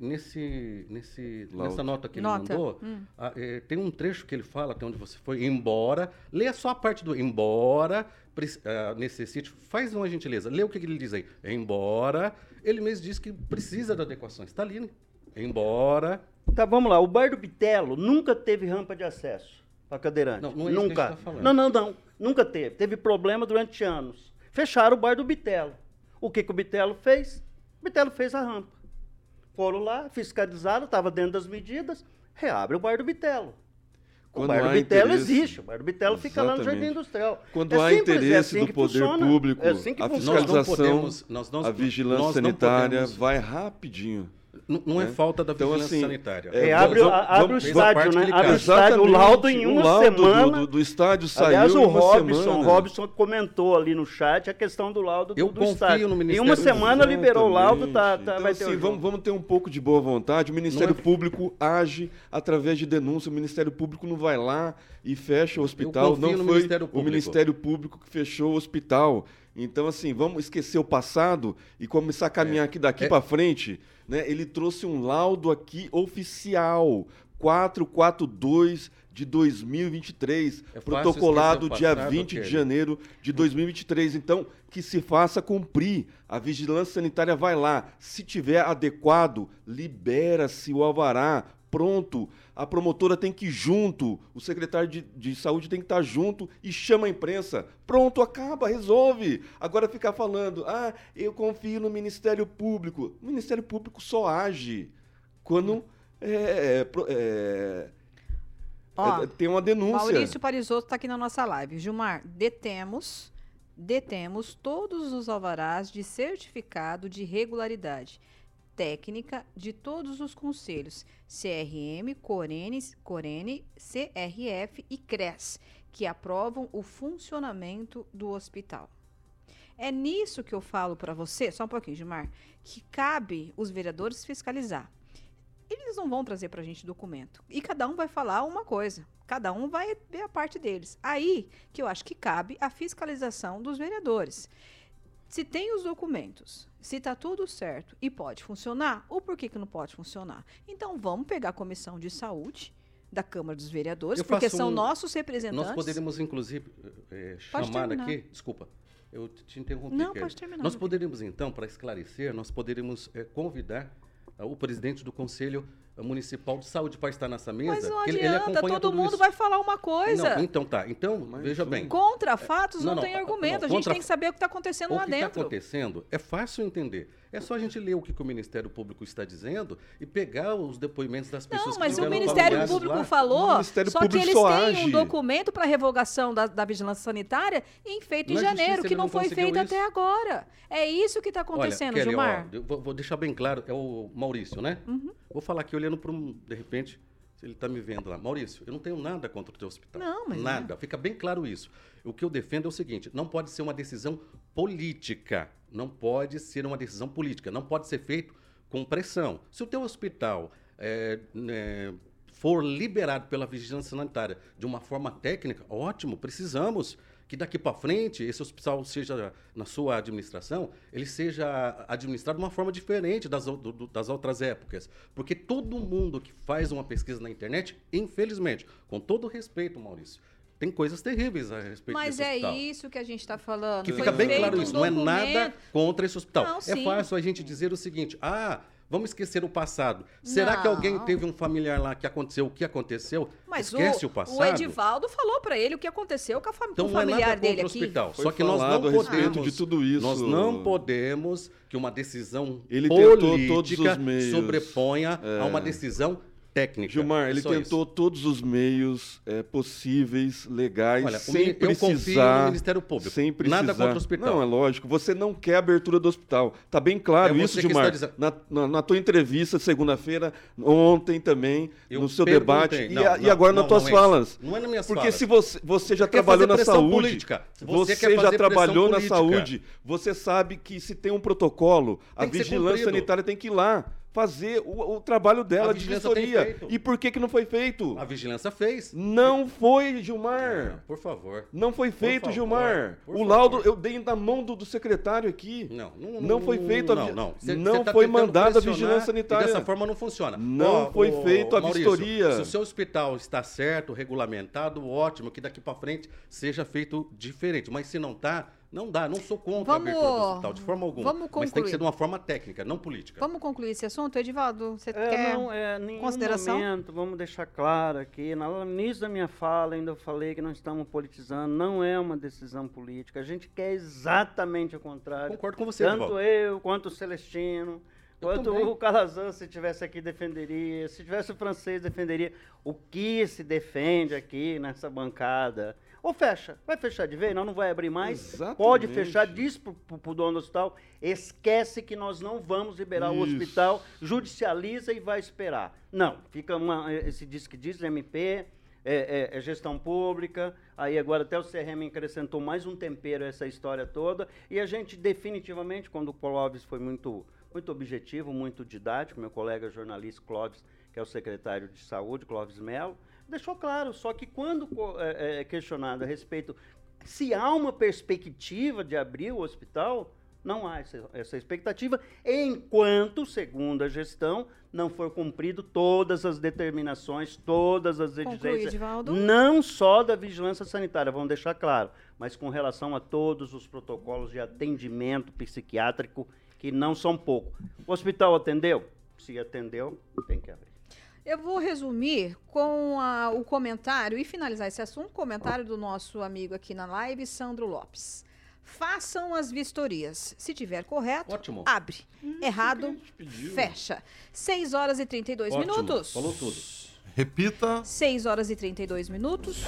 Speaker 7: nessa nota que ele mandou, tem um trecho que ele fala, até onde você foi, embora, leia só a parte do embora necessite, faz uma gentileza, lê o que ele diz aí, embora, ele mesmo diz que precisa de adequações, está ali, né? Embora...
Speaker 6: Tá, vamos lá, o Bar do Bitelo nunca teve rampa de acesso para cadeirante.
Speaker 7: Não é
Speaker 6: nunca.
Speaker 7: Isso que a gente tá falando.
Speaker 6: Não, nunca teve. Teve problema durante anos. Fecharam o Bar do Bitelo. O que o Bitelo fez? O Bitelo fez a rampa. Foram lá, fiscalizaram, estava dentro das medidas, reabre o Bar do Bitelo. O Bar do Bitelo existe, o Bar do Bitelo fica lá no Jardim Industrial.
Speaker 8: Quando há interesse do poder público, a fiscalização, a vigilância sanitária vai rapidinho.
Speaker 7: Não é falta da vigilância sanitária.
Speaker 6: Abre o estádio, né? Abre o estádio, o laudo em uma semana.
Speaker 8: Do estádio saiu.
Speaker 6: Aliás, o Robson comentou ali no chat a questão do laudo do estádio.
Speaker 7: Eu confio no Ministério.
Speaker 6: Em uma semana liberou o laudo,
Speaker 8: então,
Speaker 6: vai ter
Speaker 8: assim, vamos ter um pouco de boa vontade. O Ministério Público age através de denúncia. O Ministério Público não vai lá e fecha o hospital. Não foi o Ministério Público que fechou o hospital. Então, assim, vamos esquecer o passado e começar a caminhar daqui para frente. Né? Ele trouxe um laudo aqui oficial, 442 de 2023, protocolado dia 20 de janeiro de 2023. Então, que se faça cumprir. A vigilância sanitária vai lá. Se tiver adequado, libera-se o alvará. Pronto, a promotora tem que ir junto, o secretário de saúde tem que estar junto e chama a imprensa. Pronto, acaba, resolve. Agora ficar falando, eu confio no Ministério Público. O Ministério Público só age quando tem uma denúncia.
Speaker 3: Maurício Parisotto está aqui na nossa live. Gilmar, detemos todos os alvarás de certificado de regularidade técnica de todos os conselhos, CRM, Corene, CRF e CRES, que aprovam o funcionamento do hospital. É nisso que eu falo para você, só um pouquinho, Gilmar, que cabe os vereadores fiscalizar. Eles não vão trazer para a gente documento. E cada um vai falar uma coisa. Cada um vai ver a parte deles. Aí que eu acho que cabe a fiscalização dos vereadores. Se tem os documentos, se está tudo certo e pode funcionar, ou por que não pode funcionar? Então, vamos pegar a Comissão de Saúde da Câmara dos Vereadores, porque são nossos representantes.
Speaker 7: Nós poderíamos, inclusive, chamar aqui... Desculpa, eu te interrompi.
Speaker 3: Não, pode terminar.
Speaker 7: Nós poderíamos, então, para esclarecer, nós poderíamos convidar o presidente do Conselho Municipal de Saúde para estar nessa mesa.
Speaker 3: Mas não adianta, todo mundo vai falar uma coisa.
Speaker 7: Não, então tá. Então, veja bem.
Speaker 3: Contra fatos não tem argumento. A gente tem que saber o que está acontecendo lá dentro. O que
Speaker 7: está acontecendo é fácil entender. É só a gente ler o que o Ministério Público está dizendo e pegar os depoimentos das pessoas que estiveram
Speaker 3: familiares lá. Não, mas o Ministério Público falou, só que eles têm um documento para revogação da vigilância sanitária feito em janeiro, que não foi feito até agora. É isso que está acontecendo,
Speaker 7: Kelly,
Speaker 3: Gilmar.
Speaker 7: Vou deixar bem claro, é o Maurício, né?
Speaker 3: Uhum.
Speaker 7: Vou falar aqui olhando para de repente, se ele está me vendo lá. Maurício, eu não tenho nada contra o teu hospital.
Speaker 3: Não, mas
Speaker 7: nada. Fica bem claro isso. O que eu defendo é o seguinte, não pode ser uma decisão política. Não pode ser uma decisão política. Não pode ser feito com pressão. Se o teu hospital for liberado pela vigilância sanitária de uma forma técnica, ótimo, precisamos que daqui para frente esse hospital seja, na sua administração, ele seja administrado de uma forma diferente das outras épocas. Porque todo mundo que faz uma pesquisa na internet, infelizmente, com todo respeito, Maurício, tem coisas terríveis a respeito desse hospital.
Speaker 3: Mas é isso que a gente está falando.
Speaker 7: Que fica bem claro isso, não é nada contra esse hospital. Não, é fácil a gente dizer o seguinte, vamos esquecer o passado. Será que alguém teve um familiar lá que aconteceu o que aconteceu?
Speaker 3: Mas
Speaker 7: esquece o passado?
Speaker 3: O Edivaldo falou para ele o que aconteceu com o familiar dele aqui.
Speaker 7: Hospital. Só que nós não podemos
Speaker 8: de tudo isso.
Speaker 7: Nós não podemos que uma decisão política sobreponha a uma decisão técnica.
Speaker 8: Gilmar, ele tentou todos os meios possíveis, legais, sem precisar...
Speaker 7: Eu confio no Ministério Público.
Speaker 8: Sem precisar.
Speaker 7: Nada contra o hospital.
Speaker 8: Não, é lógico. Você não quer a abertura do hospital. Tá bem claro isso, Gilmar. Na tua entrevista, segunda-feira, ontem também, no seu debate, e agora nas tuas falas.
Speaker 7: Não é nas minhas
Speaker 8: falas.
Speaker 7: Porque
Speaker 8: se você já trabalhou na saúde...
Speaker 7: Política.
Speaker 8: Você já trabalhou na saúde. Você sabe que se tem um protocolo, a vigilância sanitária tem que ir lá fazer o trabalho dela de vistoria. E por que não foi feito?
Speaker 7: A vigilância fez.
Speaker 8: Não foi, Gilmar.
Speaker 7: Por favor.
Speaker 8: Não foi feito, Gilmar. O laudo eu dei na mão do secretário aqui. Não foi feito. Não foi mandada a vigilância sanitária.
Speaker 7: Dessa forma não funciona.
Speaker 8: Não foi feito a vistoria.
Speaker 7: Se o seu hospital está certo, regulamentado, ótimo, que daqui para frente seja feito diferente. Mas se não está... Não dá, não sou contra a abertura do hospital, de forma alguma. Mas tem que ser de uma forma técnica, não política.
Speaker 3: Vamos concluir esse assunto, Edivaldo? Você quer consideração?
Speaker 6: Momento, vamos deixar claro aqui, no início da minha fala ainda eu falei que nós estamos politizando, não é uma decisão política, a gente quer exatamente o contrário.
Speaker 7: Concordo com você,
Speaker 6: Tanto eu, quanto o Celestino, quanto o Calazans, se tivesse aqui, defenderia, se tivesse o Francês, defenderia. O que se defende aqui nessa bancada... Ou fecha, vai fechar de vez, não vai abrir mais, Exatamente. Pode fechar, diz pro dono do hospital, esquece que nós não vamos liberar o hospital, judicializa e vai esperar. Não, fica esse diz que diz, MP, é gestão pública, aí agora até o CRM acrescentou mais um tempero a essa história toda, e a gente definitivamente, quando o Clóvis foi muito objetivo, muito didático, meu colega jornalista Clóvis, que é o secretário de saúde, Clóvis Mello, deixou claro, só que quando questionado a respeito se há uma perspectiva de abrir o hospital, não há essa expectativa, enquanto, segundo a gestão, não for cumprido todas as determinações, todas as exigências, não só da vigilância sanitária, vamos deixar claro, mas com relação a todos os protocolos de atendimento psiquiátrico, que não são pouco. O hospital atendeu? Se atendeu, tem que abrir.
Speaker 3: Eu vou resumir com o comentário e finalizar esse assunto, comentário do nosso amigo aqui na live, Sandro Lopes. Façam as vistorias. Se tiver correto,
Speaker 7: Ótimo.
Speaker 3: Abre. Errado, fecha. 6 horas e 32 minutos.
Speaker 7: Falou tudo.
Speaker 5: Repita.
Speaker 3: 6 horas e 32 minutos.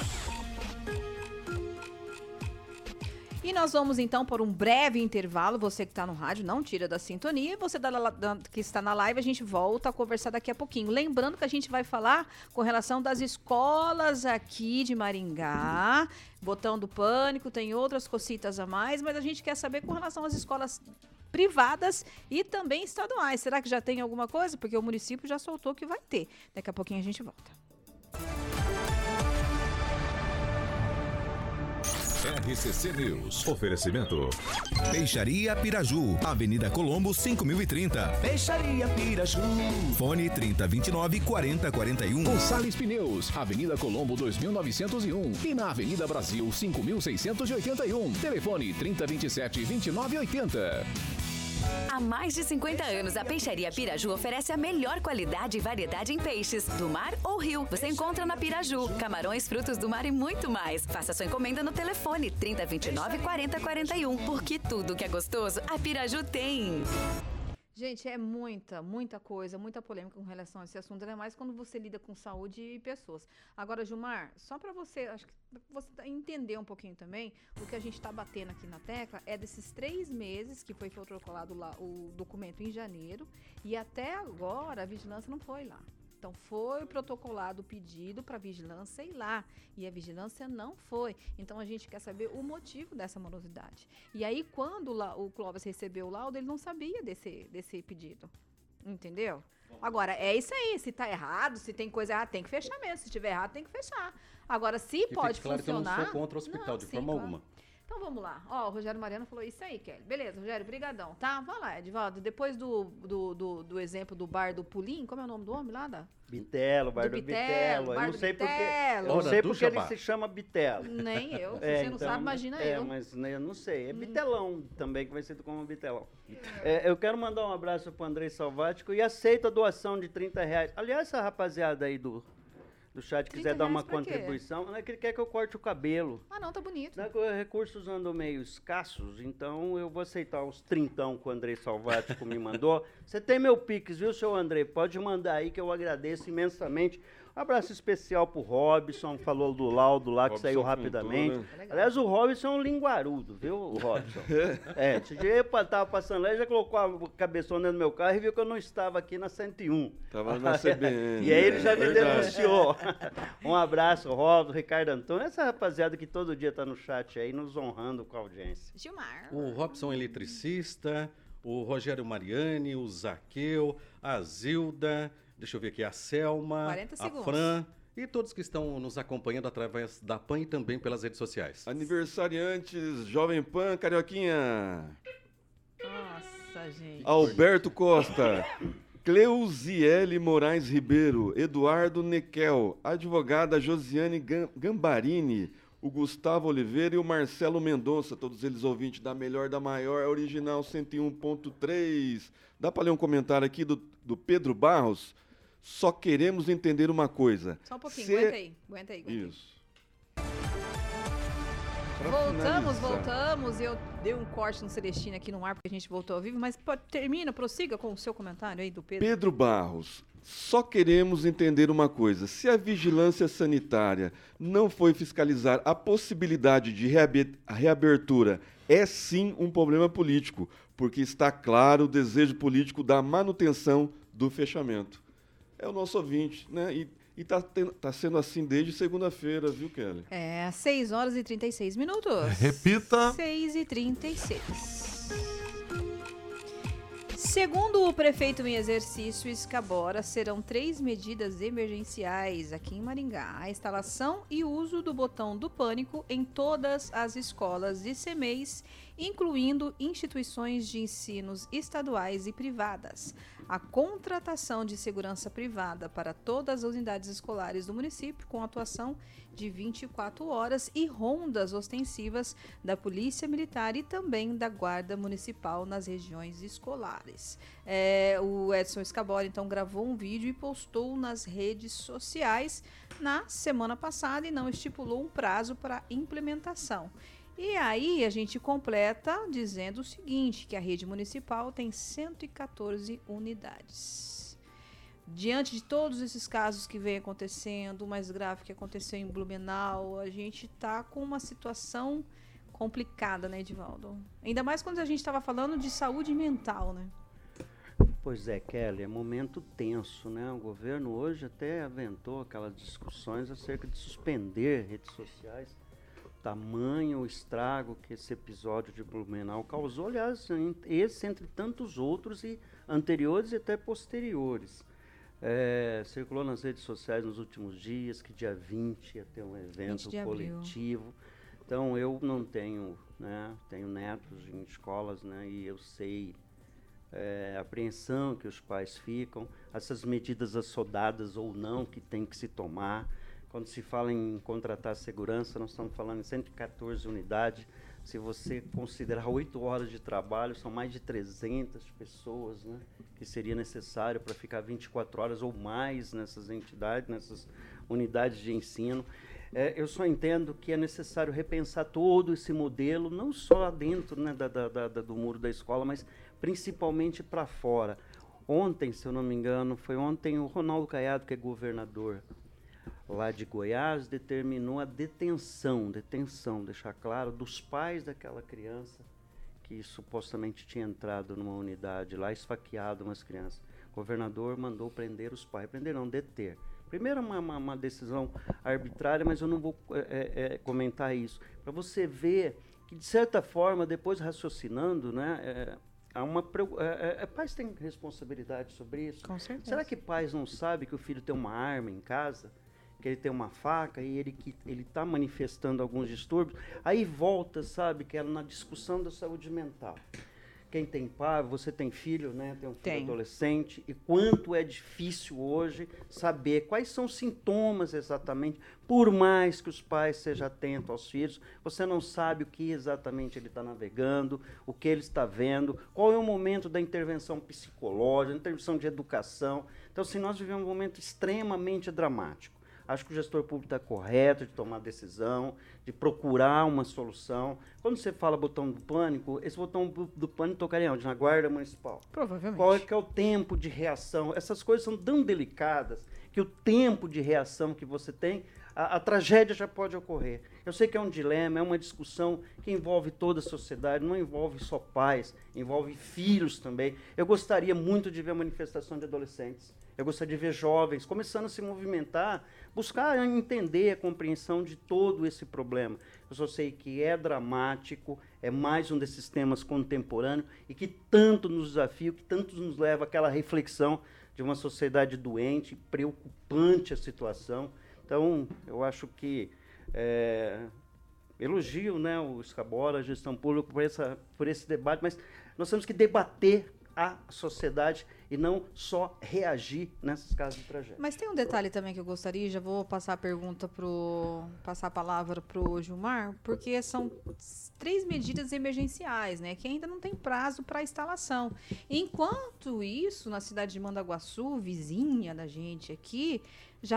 Speaker 3: E nós vamos então por um breve intervalo. Você que está no rádio, não tira da sintonia. Você que está na live, a gente volta a conversar daqui a pouquinho. Lembrando que a gente vai falar com relação das escolas aqui de Maringá. Botão do Pânico, tem outras cositas a mais, mas a gente quer saber com relação às escolas privadas e também estaduais. Será que já tem alguma coisa? Porque o município já soltou que vai ter. Daqui a pouquinho a gente volta.
Speaker 1: RCC News.
Speaker 2: Oferecimento.
Speaker 9: Peixaria Piraju, Avenida Colombo 5030.
Speaker 10: Peixaria Piraju.
Speaker 9: Fone 3029-4041.
Speaker 10: Gonçalves Pneus, Avenida Colombo 2901 e na Avenida Brasil 5681. Telefone 3027-2980.
Speaker 11: Há mais de 50 anos, a Peixaria Piraju oferece a melhor qualidade e variedade em peixes, do mar ou rio. Você encontra na Piraju, camarões, frutos do mar e muito mais. Faça sua encomenda no telefone 3029-4041, porque tudo que é gostoso, a Piraju tem.
Speaker 3: Gente, é muita coisa, muita polêmica com relação a esse assunto, ainda mais quando você lida com saúde e pessoas. Agora, Gilmar, só para você, acho que você entender um pouquinho também, o que a gente está batendo aqui na tecla é desses 3 meses que foi protocolado lá o documento em janeiro e até agora a vigilância não foi lá. Então, foi protocolado o pedido para a vigilância ir lá, e a vigilância não foi. Então, a gente quer saber o motivo dessa morosidade. E aí, quando o Clóvis recebeu o laudo, ele não sabia desse pedido, entendeu? Agora, é isso aí. Se tá errado, se tem coisa errada, tem que fechar mesmo. Se tiver errado, tem que fechar. Agora, se pode funcionar...
Speaker 7: Claro que eu não sou contra o hospital, de forma alguma.
Speaker 3: Então vamos lá. Ó, o Rogério Mariano falou isso aí, Kelly. Beleza, Rogério, brigadão, tá? Vai lá, Edivaldo. Depois do exemplo do bar do Pulim, como é o nome do homem lá?
Speaker 6: Bitelo, bar do Bitelo. Eu não sei porque ele se chama Bitelo.
Speaker 3: Nem eu. Se você não sabe, imagina eu.
Speaker 6: Mas eu não sei. É Bitelão também, conhecido como Bitelão. Eu quero mandar um abraço pro Andrei Salvático e aceito a doação de R$30. Aliás, essa rapaziada aí do chat quiser dar uma contribuição, é que ele quer que eu corte o cabelo.
Speaker 3: Ah, não, tá bonito.
Speaker 6: Recursos andam meio escassos, então eu vou aceitar os 30 que o Andrei Salvático me mandou. Você tem meu Pix, viu, seu Andrei? Pode mandar aí que eu agradeço imensamente. Um abraço especial pro Robson, falou do laudo lá que saiu rapidamente. Aliás, o Robson é um linguarudo, viu, o Robson? Esse dia eu tava passando lá e já colocou a cabeçona no meu carro e viu que eu não estava aqui na 101.
Speaker 8: Tava na CBN.
Speaker 6: E aí ele já me denunciou. Um abraço, Robson, Ricardo Antônio, essa rapaziada que todo dia tá no chat aí, nos honrando com a audiência.
Speaker 3: Gilmar.
Speaker 7: O Robson eletricista, o Rogério Mariani, o Zaqueu, a Zilda... Deixa eu ver aqui, a Selma, a Fran e todos que estão nos acompanhando através da PAN e também pelas redes sociais.
Speaker 8: Aniversariantes, Jovem Pan, Carioquinha.
Speaker 3: Nossa, gente.
Speaker 8: Alberto Costa, Cleuziele Moraes Ribeiro, Eduardo Nequel, advogada Josiane Gambarini, o Gustavo Oliveira e o Marcelo Mendonça, todos eles ouvintes da melhor, da maior, original 101.3. Dá para ler um comentário aqui do Pedro Barros? Só queremos entender uma coisa.
Speaker 3: Só um pouquinho, aguenta aí. Isso. Voltamos. Eu dei um corte no Celestino aqui no ar, porque a gente voltou ao vivo, mas prossiga com o seu comentário aí do Pedro.
Speaker 8: Pedro Barros, só queremos entender uma coisa. Se a vigilância sanitária não foi fiscalizar a possibilidade de reabertura, é sim um problema político, porque está claro o desejo político da manutenção do fechamento. É o nosso ouvinte, né? E tá sendo assim desde segunda-feira, viu, Kelly?
Speaker 3: 6h36.
Speaker 5: Repita.
Speaker 3: 6h36. Segundo o prefeito em exercício, Escabora, serão 3 medidas emergenciais aqui em Maringá. A instalação e uso do botão do pânico em todas as escolas de CEMEIs, incluindo instituições de ensinos estaduais e privadas. A contratação de segurança privada para todas as unidades escolares do município, com atuação de 24 horas e rondas ostensivas da Polícia Militar e também da Guarda Municipal nas regiões escolares. O Edson Escabora, então, gravou um vídeo e postou nas redes sociais na semana passada e não estipulou um prazo para implementação. E aí a gente completa dizendo o seguinte, que a rede municipal tem 114 unidades. Diante de todos esses casos que vem acontecendo, o mais grave que aconteceu em Blumenau, a gente está com uma situação complicada, né, Edivaldo? Ainda mais quando a gente estava falando de saúde mental, né?
Speaker 6: Pois é, Kelly, é momento tenso, né? O governo hoje até aventou aquelas discussões acerca de suspender redes sociais. Tamanho o estrago que esse episódio de Blumenau causou, aliás, esse entre tantos outros e anteriores e até posteriores. Circulou nas redes sociais nos últimos dias que dia 20 ia ter um evento coletivo. Então eu não tenho, né, tenho netos em escolas, né, e eu sei a apreensão que os pais ficam, essas medidas assodadas ou não que tem que se tomar. Quando se fala em contratar segurança, nós estamos falando em 114 unidades. Se você considerar 8 horas de trabalho, são mais de 300 pessoas, né, que seria necessário para ficar 24 horas ou mais nessas entidades, nessas unidades de ensino. Eu só entendo que é necessário repensar todo esse modelo, não só dentro, né, do muro da escola, mas principalmente para fora. Ontem, se eu não me engano, foi ontem o Ronaldo Caiado, que é governador lá de Goiás, determinou a detenção, deixar claro, dos pais daquela criança que supostamente tinha entrado numa unidade lá, esfaqueado umas crianças. O governador mandou prender os pais, deter. Primeiro uma decisão arbitrária, mas eu não vou comentar isso. Para você ver que, de certa forma, depois raciocinando, né, pais têm responsabilidade sobre isso?
Speaker 3: Com certeza.
Speaker 6: Será que pais não sabem que o filho tem uma arma em casa? Que ele tem uma faca e ele está manifestando alguns distúrbios? Aí volta, sabe, que é na discussão da saúde mental. Quem tem pai, você tem filho, né? Tem um filho adolescente. E quanto é difícil hoje saber quais são os sintomas exatamente. Por mais que os pais sejam atentos aos filhos, você não sabe o que exatamente ele está navegando, o que ele está vendo, qual é o momento da intervenção psicológica, intervenção de educação. Então, assim, nós vivemos um momento extremamente dramático. Acho que o gestor público está correto de tomar decisão, de procurar uma solução. Quando você fala botão do pânico, esse botão do pânico tocaria onde? Na Guarda Municipal.
Speaker 3: Provavelmente.
Speaker 6: Qual é que é o tempo de reação? Essas coisas são tão delicadas que o tempo de reação que você tem, a tragédia já pode ocorrer. Eu sei que é um dilema, é uma discussão que envolve toda a sociedade, não envolve só pais, envolve filhos também. Eu gostaria muito de ver a manifestação de adolescentes. Eu gostaria de ver jovens começando a se movimentar, buscar entender a compreensão de todo esse problema. Eu só sei que é dramático, é mais um desses temas contemporâneos e que tanto nos desafia, que tanto nos leva àquela reflexão de uma sociedade doente, preocupante a situação. Então, eu acho que elogio, né, o Scabora, a gestão pública, por esse debate, mas nós temos que debater a sociedade e não só reagir nesses casos de tragédia.
Speaker 3: Mas tem um detalhe também que eu gostaria, já vou passar a palavra para o Gilmar, porque são 3 medidas emergenciais, né, que ainda não tem prazo para instalação. Enquanto isso, na cidade de Mandaguaçu, vizinha da gente aqui, já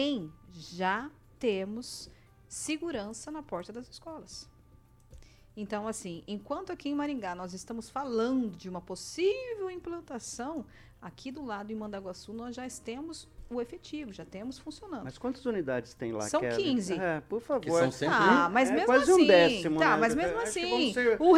Speaker 3: temos segurança na porta das escolas. Então, assim, enquanto aqui em Maringá nós estamos falando de uma possível implantação, aqui do lado em Mandaguaçu nós já temos o efetivo, já temos funcionando.
Speaker 6: Mas quantas unidades tem lá?
Speaker 3: São 15.
Speaker 6: Por favor.
Speaker 7: Que são sempre
Speaker 3: mas mesmo
Speaker 6: quase
Speaker 3: assim,
Speaker 6: um décimo, né?
Speaker 3: Mas mesmo assim,
Speaker 6: o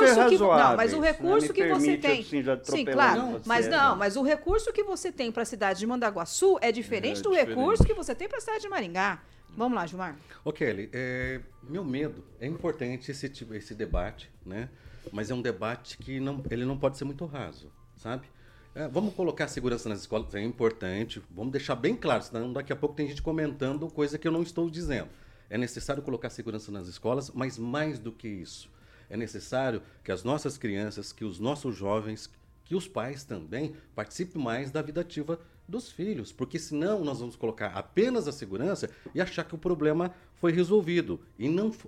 Speaker 3: recurso que você tem,
Speaker 6: assim,
Speaker 3: claro, mas o recurso que você tem para a cidade de Mandaguaçu é diferente do recurso que você tem para a cidade de Maringá. Vamos lá, Gilmar.
Speaker 7: Kelly, meu medo, é importante esse debate, né? Mas é um debate que ele não pode ser muito raso, sabe? Vamos colocar a segurança nas escolas, é importante, vamos deixar bem claro, senão daqui a pouco tem gente comentando coisa que eu não estou dizendo. É necessário colocar segurança nas escolas, mas mais do que isso, é necessário que as nossas crianças, que os nossos jovens, que os pais também participem mais da vida ativa dos filhos, porque senão nós vamos colocar apenas a segurança e achar que o problema foi resolvido. E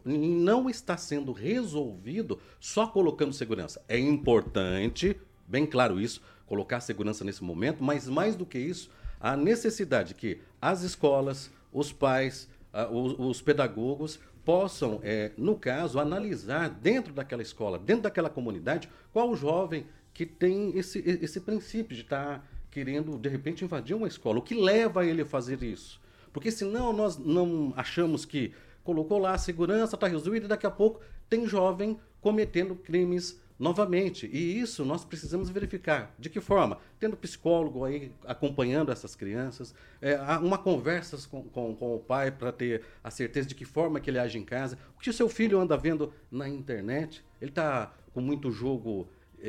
Speaker 7: não está sendo resolvido só colocando segurança. É importante, bem claro isso, colocar segurança nesse momento, mas mais do que isso, a necessidade que as escolas, os pais, os pedagogos possam, no caso, analisar dentro daquela escola, dentro daquela comunidade, qual o jovem que tem esse princípio de estar querendo, de repente, invadir uma escola. O que leva ele a fazer isso? Porque senão nós não achamos que colocou lá a segurança, está resolvido, e daqui a pouco tem jovem cometendo crimes novamente. E isso nós precisamos verificar. De que forma? Tendo psicólogo aí acompanhando essas crianças, uma conversa com o pai para ter a certeza de que forma que ele age em casa. O que o seu filho anda vendo na internet? Ele está com muito jogo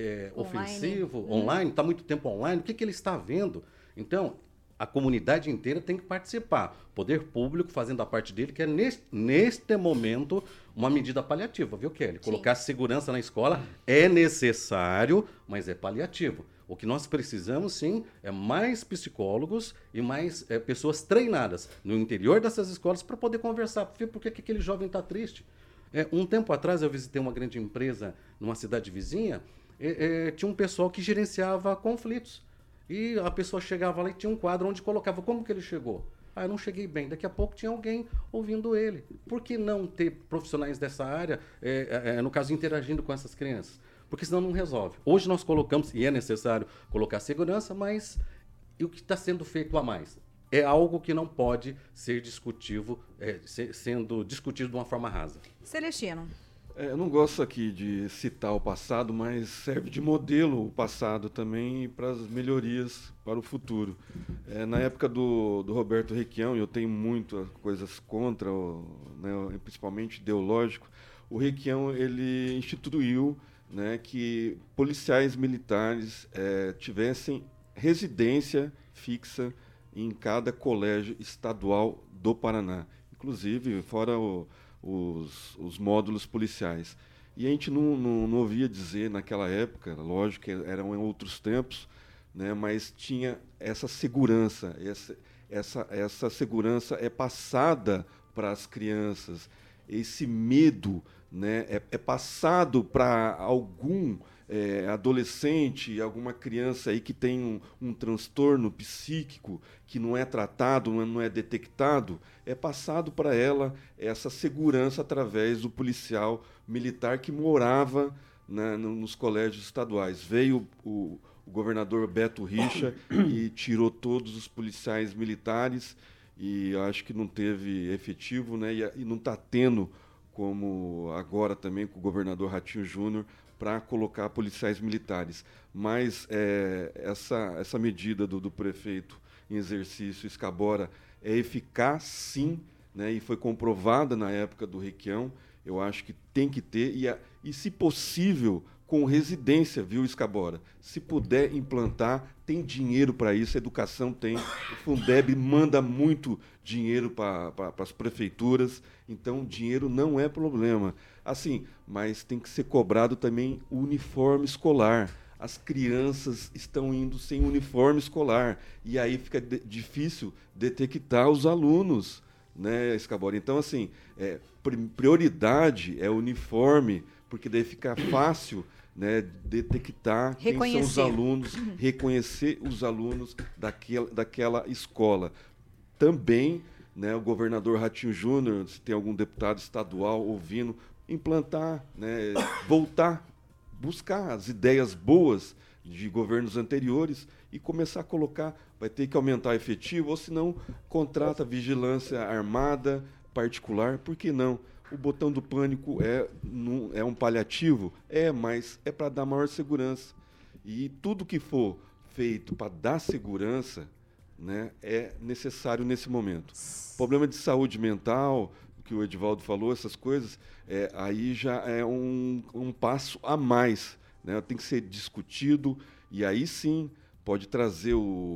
Speaker 7: ofensivo, online, está muito tempo online, o que ele está vendo? Então, a comunidade inteira tem que participar. O poder público fazendo a parte dele, que é, neste momento, uma medida paliativa, viu, Kelly? Colocar segurança na escola é necessário, mas é paliativo. O que nós precisamos, sim, é mais psicólogos e mais pessoas treinadas no interior dessas escolas para poder conversar. Por que aquele jovem está triste? Um tempo atrás, eu visitei uma grande empresa numa cidade vizinha, tinha um pessoal que gerenciava conflitos. E a pessoa chegava lá e tinha um quadro onde colocava como que ele chegou. Eu não cheguei bem. Daqui a pouco tinha alguém ouvindo ele. Por que não ter profissionais dessa área, no caso, interagindo com essas crianças? Porque senão não resolve. Hoje nós colocamos, e é necessário colocar segurança, mas e o que está sendo feito a mais? É algo que não pode ser sendo discutido de uma forma rasa.
Speaker 3: Celestino.
Speaker 8: Eu não gosto aqui de citar o passado, mas serve de modelo o passado também para as melhorias para o futuro. Na época do Roberto Requião, e eu tenho muitas coisas contra, né, principalmente ideológico, o Requião ele instituiu né, que policiais militares tivessem residência fixa em cada colégio estadual do Paraná, inclusive fora os módulos policiais. E a gente não ouvia dizer naquela época, lógico que eram em outros tempos, né, mas tinha essa segurança, essa segurança é passada para as crianças, esse medo, né, é passado para algum adolescente, alguma criança aí que tem um transtorno psíquico que não é tratado, não é detectado, é passado para ela essa segurança através do policial militar que morava, né, nos colégios estaduais. Veio o governador Beto Richa e tirou todos os policiais militares e acho que não teve efetivo, né, e não está tendo, como agora também com o governador Ratinho Júnior, para colocar policiais militares. Mas essa medida do prefeito em exercício, Scabora, é eficaz, sim, né, e foi comprovada na época do Requião. Eu acho que tem que ter, e se possível, com residência, viu, Scabora? Se puder implantar, tem dinheiro para isso, a educação tem. O Fundeb manda muito dinheiro para as prefeituras, então dinheiro não é problema. Assim, mas tem que ser cobrado também o uniforme escolar. As crianças estão indo sem uniforme escolar, e aí fica difícil detectar os alunos, né, Scabora? Então, assim, prioridade é o uniforme, porque daí fica fácil, né, detectar quem são os alunos, reconhecer os alunos daquela escola. Também, né, o governador Ratinho Júnior, se tem algum deputado estadual ouvindo, implantar, né, voltar, buscar as ideias boas de governos anteriores e começar a colocar, vai ter que aumentar efetivo, ou senão contrata vigilância armada, particular, por que não? O botão do pânico é um paliativo? Mas é para dar maior segurança. E tudo que for feito para dar segurança, né, é necessário nesse momento. Problema de saúde mental, que o Edivaldo falou, essas coisas, aí já é um passo a mais, né? Tem que ser discutido, e aí sim pode trazer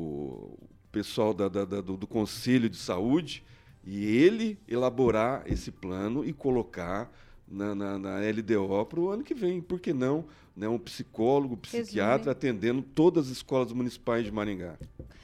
Speaker 8: o pessoal do Conselho de Saúde e ele elaborar esse plano e colocar na LDO para o ano que vem. Por que não? Né? Um psicólogo, psiquiatra atendendo todas as escolas municipais de Maringá.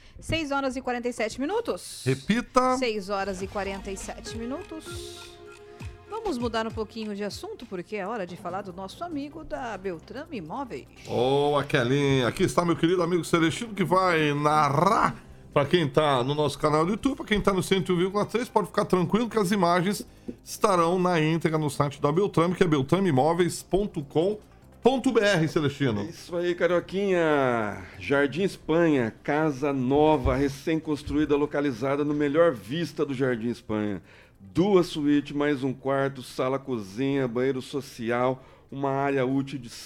Speaker 3: 6 horas e 47 minutos.
Speaker 5: Repita.
Speaker 3: 6 horas e 47 minutos. Vamos mudar um pouquinho de assunto, porque é hora de falar do nosso amigo da Beltrame Imóveis.
Speaker 5: Aquelinha. Aqui está meu querido amigo Celestino, que vai narrar para quem está no nosso canal do YouTube, para quem está no 101,3, pode ficar tranquilo que as imagens estarão na íntegra no site da Beltrame, que é beltrameimóveis.com.br, Celestino.
Speaker 8: Isso aí, Carioquinha. Jardim Espanha, casa nova, recém-construída, localizada no melhor vista do Jardim Espanha. 2 suítes, mais um quarto, sala, cozinha, banheiro social, uma área útil de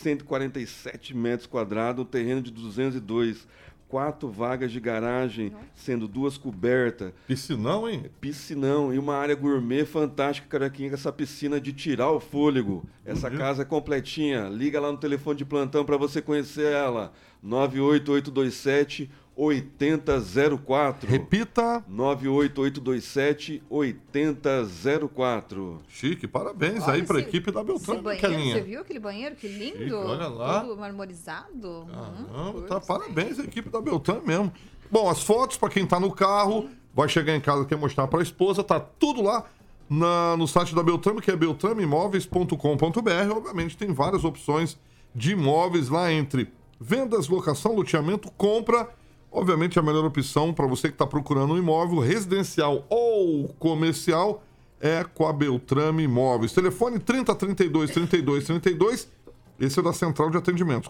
Speaker 8: 147 metros quadrados, um terreno de 202, 4 vagas de garagem, sendo 2 cobertas.
Speaker 5: Piscinão, hein?
Speaker 8: Piscinão. E uma área gourmet fantástica, Caraquinha, com essa piscina de tirar o fôlego. Essa casa é completinha. Liga lá no telefone de plantão para você conhecer ela. 98827-8004.
Speaker 5: Repita.
Speaker 8: 98827-8004.
Speaker 5: Chique, parabéns aí para a equipe da Beltrame.
Speaker 3: Você viu aquele banheiro? Que lindo.
Speaker 5: Chique, olha lá.
Speaker 3: Todo marmorizado.
Speaker 5: Parabéns à equipe da Beltrame mesmo. Bom, as fotos para quem tá no carro, vai chegar em casa, quer mostrar para a esposa, tá tudo lá no site da Beltrame, que é beltrameimóveis.com.br. Obviamente tem várias opções de imóveis lá, entre vendas, locação, loteamento, compra. Obviamente a melhor opção para você que está procurando um imóvel residencial ou comercial é com a Beltrame Imóveis. Telefone 3032-3232. Esse é da Central de Atendimentos.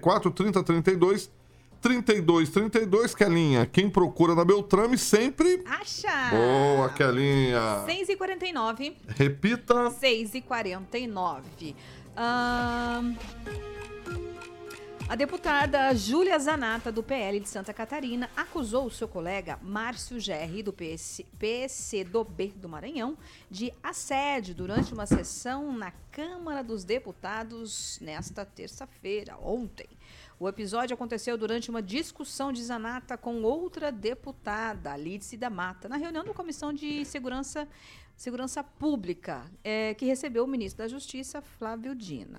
Speaker 5: 44-3032-3232. Kelinha, quem procura na Beltrame sempre
Speaker 3: acha.
Speaker 5: Boa, Kelinha.
Speaker 3: 6h49.
Speaker 5: Repita.
Speaker 3: 6h49. A deputada Júlia Zanata, do PL de Santa Catarina, acusou o seu colega Márcio Gerri, do PCdoB do Maranhão, de assédio durante uma sessão na Câmara dos Deputados nesta terça-feira, ontem. O episódio aconteceu durante uma discussão de Zanata com outra deputada, Alice da Mata, na reunião da Comissão de Segurança Pública, que recebeu o ministro da Justiça, Flávio Dino.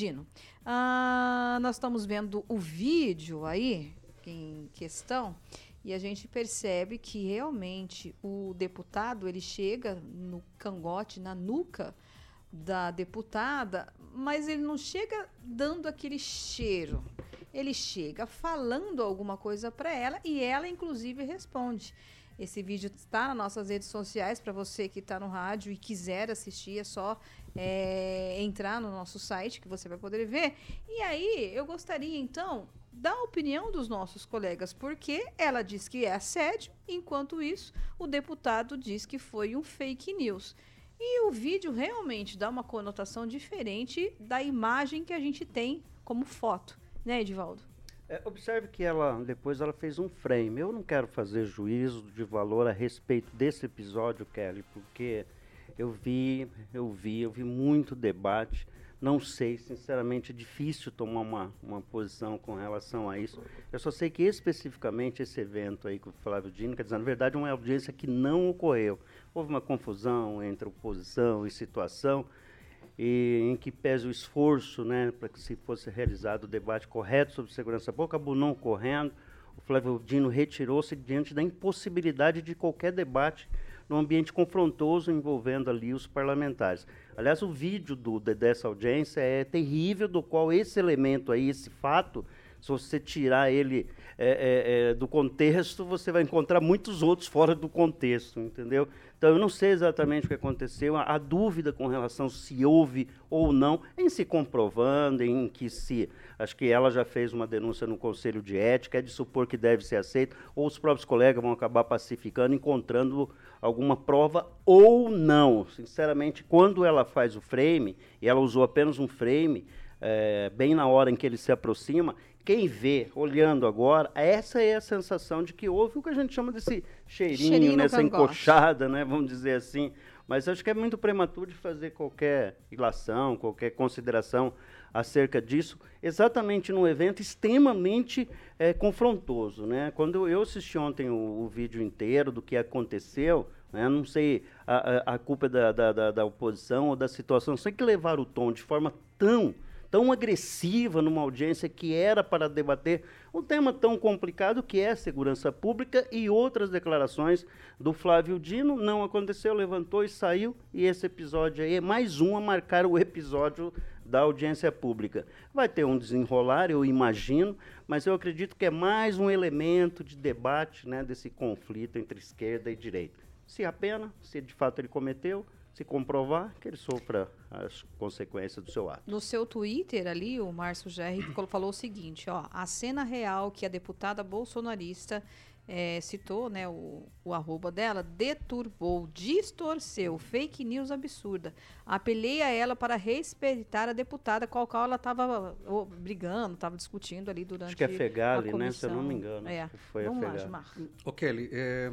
Speaker 3: Nós estamos vendo o vídeo aí em questão e a gente percebe que realmente o deputado ele chega no cangote, na nuca da deputada, mas ele não chega dando aquele cheiro. Ele chega falando alguma coisa para ela e ela, inclusive, responde. Esse vídeo está nas nossas redes sociais, para você que está no rádio e quiser assistir, é só entrar no nosso site que você vai poder ver. E aí, eu gostaria, então, da opinião dos nossos colegas, porque ela diz que é assédio, enquanto isso, o deputado diz que foi um fake news. E o vídeo realmente dá uma conotação diferente da imagem que a gente tem como foto, né, Edivaldo?
Speaker 6: Observe que depois ela fez um frame. Eu não quero fazer juízo de valor a respeito desse episódio, Kelly, porque eu vi muito debate. Não sei, sinceramente, é difícil tomar uma posição com relação a isso. Eu só sei que especificamente esse evento aí com o Flávio Dino, quer dizer, na verdade, uma audiência que não ocorreu. Houve uma confusão entre oposição e situação, e em que pese o esforço, né, para que se fosse realizado o debate correto sobre segurança pública, acabou não ocorrendo. O Flávio Dino retirou-se diante da impossibilidade de qualquer debate num ambiente confrontoso envolvendo ali os parlamentares. Aliás, o vídeo dessa audiência é terrível, do qual esse elemento aí, esse fato, se você tirar ele do contexto, você vai encontrar muitos outros fora do contexto, entendeu? Então, eu não sei exatamente o que aconteceu, a dúvida com relação se houve ou não, em se comprovando, em que acho que ela já fez uma denúncia no Conselho de Ética, é de supor que deve ser aceito, ou os próprios colegas vão acabar pacificando, encontrando alguma prova ou não. Sinceramente, quando ela faz o frame, e ela usou apenas um frame, bem na hora em que ele se aproxima, quem vê, olhando agora, essa é a sensação de que houve o que a gente chama desse cheirinho nessa encoxada, né, vamos dizer assim. Mas acho que é muito prematuro de fazer qualquer ilação, qualquer consideração acerca disso, exatamente num evento extremamente confrontoso, né? Quando eu assisti ontem o vídeo inteiro do que aconteceu, né, não sei a culpa da oposição ou da situação, sei que levar o tom de forma tão agressiva numa audiência que era para debater um tema tão complicado que é a segurança pública, e outras declarações do Flávio Dino. Não aconteceu, levantou e saiu, e esse episódio aí é mais um a marcar o episódio da audiência pública. Vai ter um desenrolar, eu imagino, mas eu acredito que é mais um elemento de debate, né, desse conflito entre esquerda e direita. Se a pena, se de fato ele cometeu, se comprovar, que ele sofra as consequências do seu ato.
Speaker 3: No seu Twitter ali, o Márcio Gerri falou o seguinte, a cena real que a deputada bolsonarista citou, né, o arroba dela, deturbou, distorceu, fake news absurda. Apelei a ela para respeitar a deputada com a qual ela estava brigando, estava discutindo ali durante a comissão.
Speaker 6: Acho que é Fegali, né, se eu não me engano. Foi
Speaker 3: Vamos
Speaker 6: a
Speaker 3: lá,
Speaker 6: Fegali.
Speaker 7: Ô, Kelly,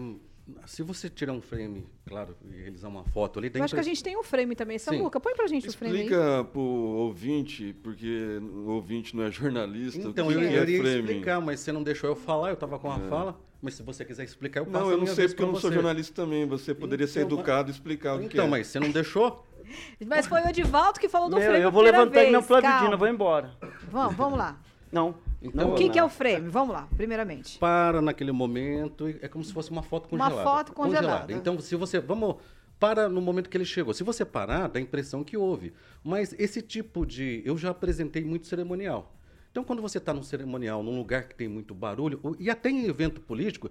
Speaker 7: se você tirar um frame, claro, e realizar uma foto ali...
Speaker 3: Eu acho que a gente tem um frame também. Samuca, põe pra gente o frame aí.
Speaker 8: Explica pro ouvinte, porque o ouvinte não é jornalista.
Speaker 7: Então, eu iria explicar, mas você não deixou eu falar, eu tava com a fala. Mas se você quiser explicar, eu passo
Speaker 8: Não, eu não sei porque eu não sou jornalista também. Você poderia ser educado e explicar o que é.
Speaker 7: Então, mas você não deixou?
Speaker 3: Mas foi o Edivaldo que falou do frame.
Speaker 6: Eu vou levantar aqui na Flávio Dino, eu vou embora.
Speaker 3: Vamos lá.
Speaker 6: Não.
Speaker 3: Então, o que é o frame? Vamos lá, primeiramente.
Speaker 7: Para naquele momento, é como se fosse uma foto congelada.
Speaker 3: Uma foto congelada.
Speaker 7: Então, se você... Para no momento que ele chegou. Se você parar, dá a impressão que houve. Mas esse tipo de... Eu já apresentei muito cerimonial. Então, quando você está num cerimonial, num lugar que tem muito barulho, e até em evento político,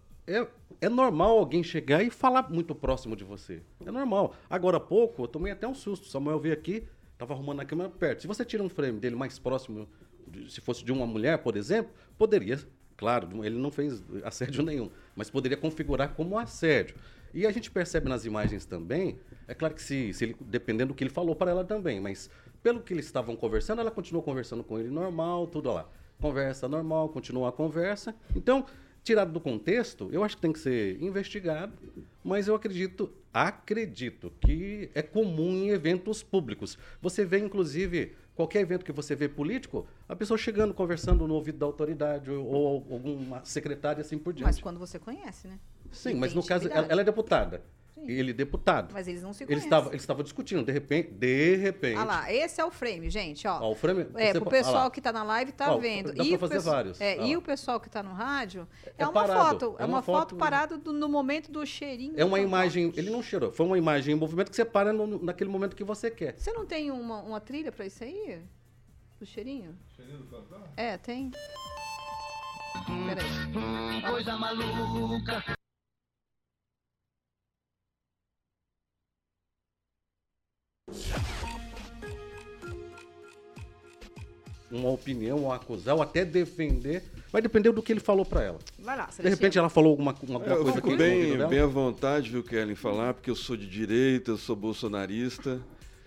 Speaker 7: é normal alguém chegar e falar muito próximo de você. É normal. Agora há pouco, eu tomei até um susto. O Samuel veio aqui, estava arrumando a câmera perto. Se você tira um frame dele mais próximo, se fosse de uma mulher, por exemplo, poderia... Claro, ele não fez assédio nenhum, mas poderia configurar como assédio. E a gente percebe nas imagens também, é claro que se ele, dependendo do que ele falou para ela também, mas pelo que eles estavam conversando, ela continuou conversando com ele normal, tudo lá. conversa normal, continua a conversa. Então, tirado do contexto, eu acho que tem que ser investigado, mas eu acredito que é comum em eventos públicos. Você vê, inclusive, qualquer evento que você vê político, a pessoa chegando, conversando no ouvido da autoridade ou alguma secretária, assim por diante.
Speaker 3: Mas quando você conhece, né?
Speaker 7: Sim, mas no caso, ela é deputada. Sim. Ele deputado.
Speaker 3: Mas eles não se conhecem.
Speaker 7: Eles estavam discutindo, de repente.
Speaker 3: Ah lá, esse é o frame, gente, ó.
Speaker 7: O frame,
Speaker 3: pro pessoal que tá na live tá vendo.
Speaker 7: Dá pra fazer vários.
Speaker 3: E o pessoal que tá no rádio, é uma foto. É uma foto parada no momento do cheirinho.
Speaker 7: É uma imagem, ele não cheirou, foi uma imagem em movimento que você para naquele momento que você quer.
Speaker 3: Você não tem uma trilha pra isso aí? Do cheirinho?
Speaker 5: Cheirinho do cantar?
Speaker 3: Tem. Peraí.
Speaker 4: Coisa maluca.
Speaker 7: Uma opinião, ou acusar, ou até defender, vai depender do que ele falou para ela.
Speaker 3: Vai lá,
Speaker 7: de repente ela falou alguma coisa
Speaker 8: eu
Speaker 7: fico
Speaker 8: aqui. Bem à vontade, viu, Kellen, falar, porque eu sou de direita, eu sou bolsonarista,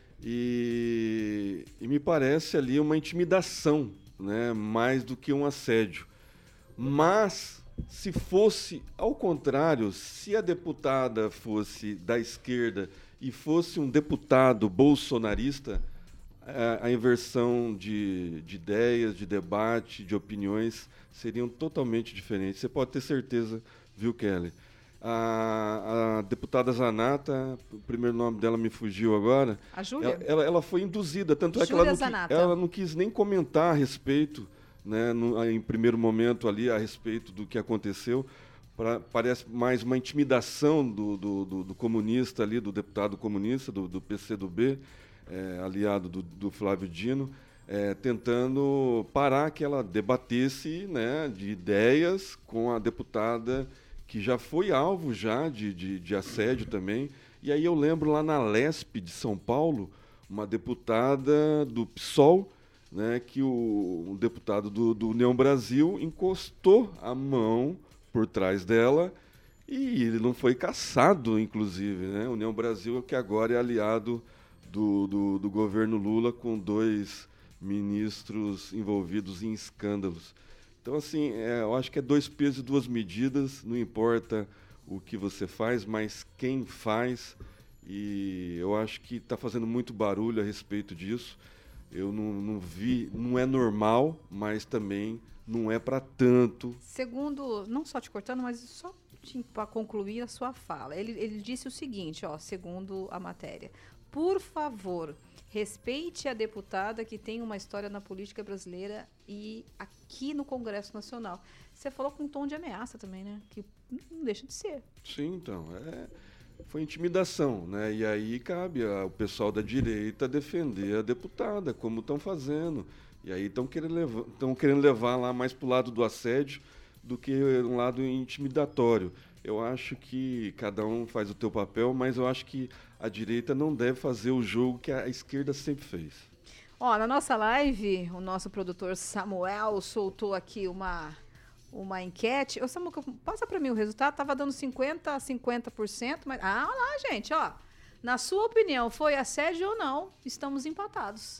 Speaker 8: e me parece ali uma intimidação, né, mais do que um assédio. Mas, se fosse ao contrário, se a deputada fosse da esquerda e fosse um deputado bolsonarista, a inversão de ideias, de debate, de opiniões seriam totalmente diferentes. Você pode ter certeza, viu, Kelly? A deputada Zanata, o primeiro nome dela me fugiu agora.
Speaker 3: A Júlia?
Speaker 8: Ela foi induzida, tanto é que ela não quis nem comentar a respeito, né, em primeiro momento ali, a respeito do que aconteceu. Parece mais uma intimidação do comunista ali, do deputado comunista, do PCdoB, aliado do Flávio Dino, tentando parar que ela debatesse, né, de ideias com a deputada que já foi alvo já de assédio também. E aí eu lembro lá na Lesp de São Paulo, uma deputada do PSOL, né, que um deputado do União Brasil encostou a mão por trás dela e ele não foi caçado, inclusive, né? União Brasil, que agora é aliado do governo Lula, com 2 ministros envolvidos em escândalos. Então, assim, eu acho que é 2 pesos e 2 medidas, não importa o que você faz, mas quem faz, e eu acho que está fazendo muito barulho a respeito disso. Eu não vi, não é normal, mas também não é para tanto.
Speaker 3: Segundo, não só te cortando, mas só para concluir a sua fala, ele disse o seguinte, segundo a matéria: por favor, respeite a deputada que tem uma história na política brasileira e aqui no Congresso Nacional. Você falou com um tom de ameaça também, né? Que não deixa de ser.
Speaker 8: Sim, então, foi intimidação, né? E aí cabe ao pessoal da direita defender a deputada, como estão fazendo. E aí estão querendo levar lá mais para o lado do assédio do que um lado intimidatório. Eu acho que cada um faz o teu papel, mas eu acho que a direita não deve fazer o jogo que a esquerda sempre fez.
Speaker 3: Na nossa live, o nosso produtor Samuel soltou aqui uma enquete. Samuel, passa para mim o resultado. Tava dando 50% a 50%, mas olha lá, gente, na sua opinião, foi assédio ou não? Estamos empatados.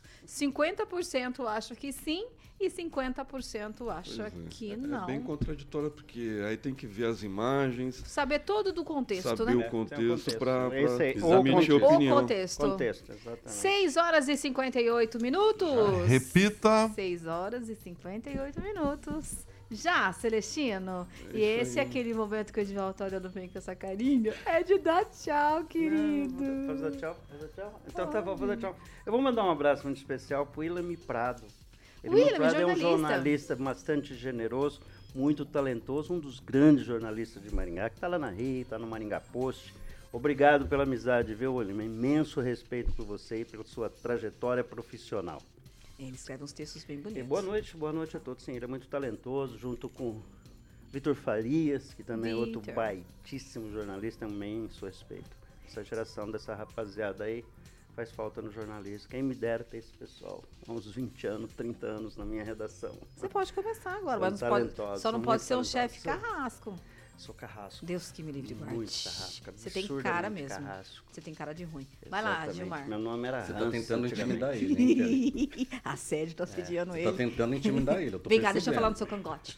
Speaker 3: 50% acha que sim e 50% acha que não.
Speaker 8: É bem contraditório, porque aí tem que ver as imagens.
Speaker 3: Saber todo do contexto,
Speaker 8: saber
Speaker 3: né?
Speaker 8: o contexto para
Speaker 3: emitir
Speaker 8: opinião.
Speaker 3: O contexto, exatamente. 6 horas e 58 minutos.
Speaker 5: Repita.
Speaker 3: 6 horas e 58 minutos. Já, Celestino? E esse é aquele momento que o Edivaldo tá olhando bem com essa carinha. É de dar tchau, querido.
Speaker 6: Fazer tchau? Então tá bom, vou dar tchau. Eu vou mandar um abraço muito especial pro William Prado. William Prado é um jornalista bastante generoso, muito talentoso, um dos grandes jornalistas de Maringá, que tá lá na Rio, tá no Maringá Post. Obrigado pela amizade, viu, William? Imenso respeito por você e pela sua trajetória profissional.
Speaker 3: Ele escreve uns textos bem bonitos.
Speaker 6: E boa noite a todos. Sim, ele é muito talentoso, junto com Vitor Farias, que também é outro baitíssimo jornalista, também em seu respeito. Essa geração dessa rapaziada aí faz falta no jornalismo. Quem me dera ter esse pessoal há uns 20 anos, 30 anos na minha redação.
Speaker 3: Você pode começar agora, mas só não pode ser um chefe carrasco.
Speaker 6: Sou carrasco.
Speaker 3: Deus que me livre, guarde.
Speaker 6: Muito carrasco.
Speaker 3: Você tem cara mesmo. Carrasco. Você tem cara de ruim. Vai lá, Gilmar.
Speaker 6: Meu nome era
Speaker 7: Você tá tentando intimidar ele, hein,
Speaker 3: Assédio, tô assediando ele.
Speaker 7: Você tá tentando intimidar ele, eu tô
Speaker 3: Vem cá, deixa eu falar no seu cangote.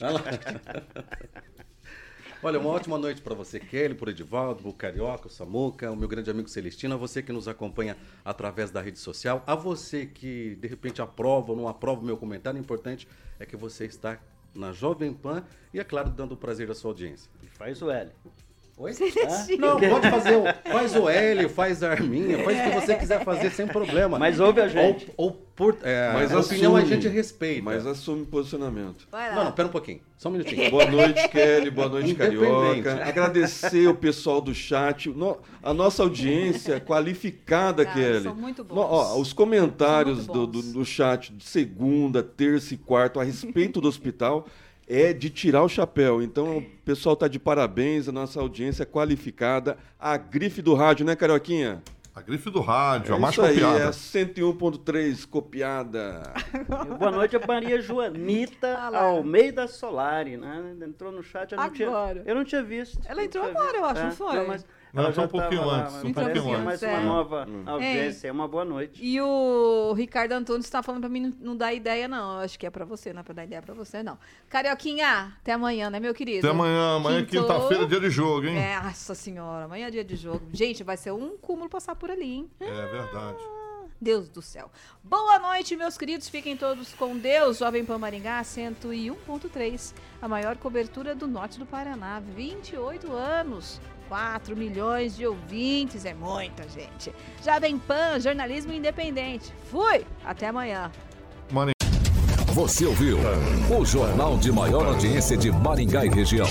Speaker 7: Olha, uma ótima noite para você, Kelly, por Edivaldo, o Carioca, o Samuca, o meu grande amigo Celestino, a você que nos acompanha através da rede social, a você que de repente aprova ou não aprova o meu comentário, o importante é que você está na Jovem Pan e, é claro, dando o prazer à sua audiência.
Speaker 6: E faz o L.
Speaker 7: Oi? Não, pode fazer, faz o L, faz a Arminha, faz o que você quiser fazer sem problema.
Speaker 6: Mas ouve a gente.
Speaker 7: Mas a opinião a gente respeita.
Speaker 8: Mas assume posicionamento.
Speaker 7: Não, pera um pouquinho, só um minutinho.
Speaker 8: Boa noite, Kelly, boa noite, Carioca. Agradecer o pessoal do chat, a nossa audiência qualificada, Kelly.
Speaker 3: São muito bons.
Speaker 8: Os comentários do chat de segunda, terça e quarta a respeito do hospital é de tirar o chapéu. Então, o pessoal está de parabéns, a nossa audiência é qualificada. A grife do rádio, né, Carioquinha?
Speaker 5: A grife do rádio, a mais copiada.
Speaker 8: É a 101.3 copiada.
Speaker 6: Boa noite, a Maria Joanita Almeida Solari, né? Entrou no chat, eu não tinha visto.
Speaker 3: Ela entrou agora, eu acho, não foi?
Speaker 5: Não, mas ela já um pouquinho antes.
Speaker 6: Mais uma nova audiência, uma boa noite.
Speaker 3: E o Ricardo Antunes está falando para mim não dar ideia, não. Eu acho que é para você, não é para dar ideia para você, não. Carioquinha, até amanhã, né, meu querido?
Speaker 5: Até amanhã. Amanhã é quinta-feira, dia de jogo, hein?
Speaker 3: Nossa senhora, amanhã é dia de jogo. Gente, vai ser um cúmulo passar por ali, hein?
Speaker 5: É verdade.
Speaker 3: Deus do céu. Boa noite, meus queridos. Fiquem todos com Deus. Jovem Pan Maringá 101.3. A maior cobertura do norte do Paraná. 28 anos. 4 milhões de ouvintes. É muita gente. Jovem Pan, jornalismo independente. Fui. Até amanhã.
Speaker 1: Você ouviu o jornal de maior audiência de Maringá e região.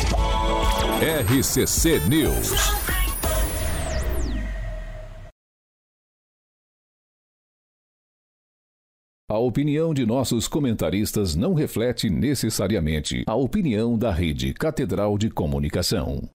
Speaker 1: RCC News. A opinião de nossos comentaristas não reflete necessariamente a opinião da Rede Catedral de Comunicação.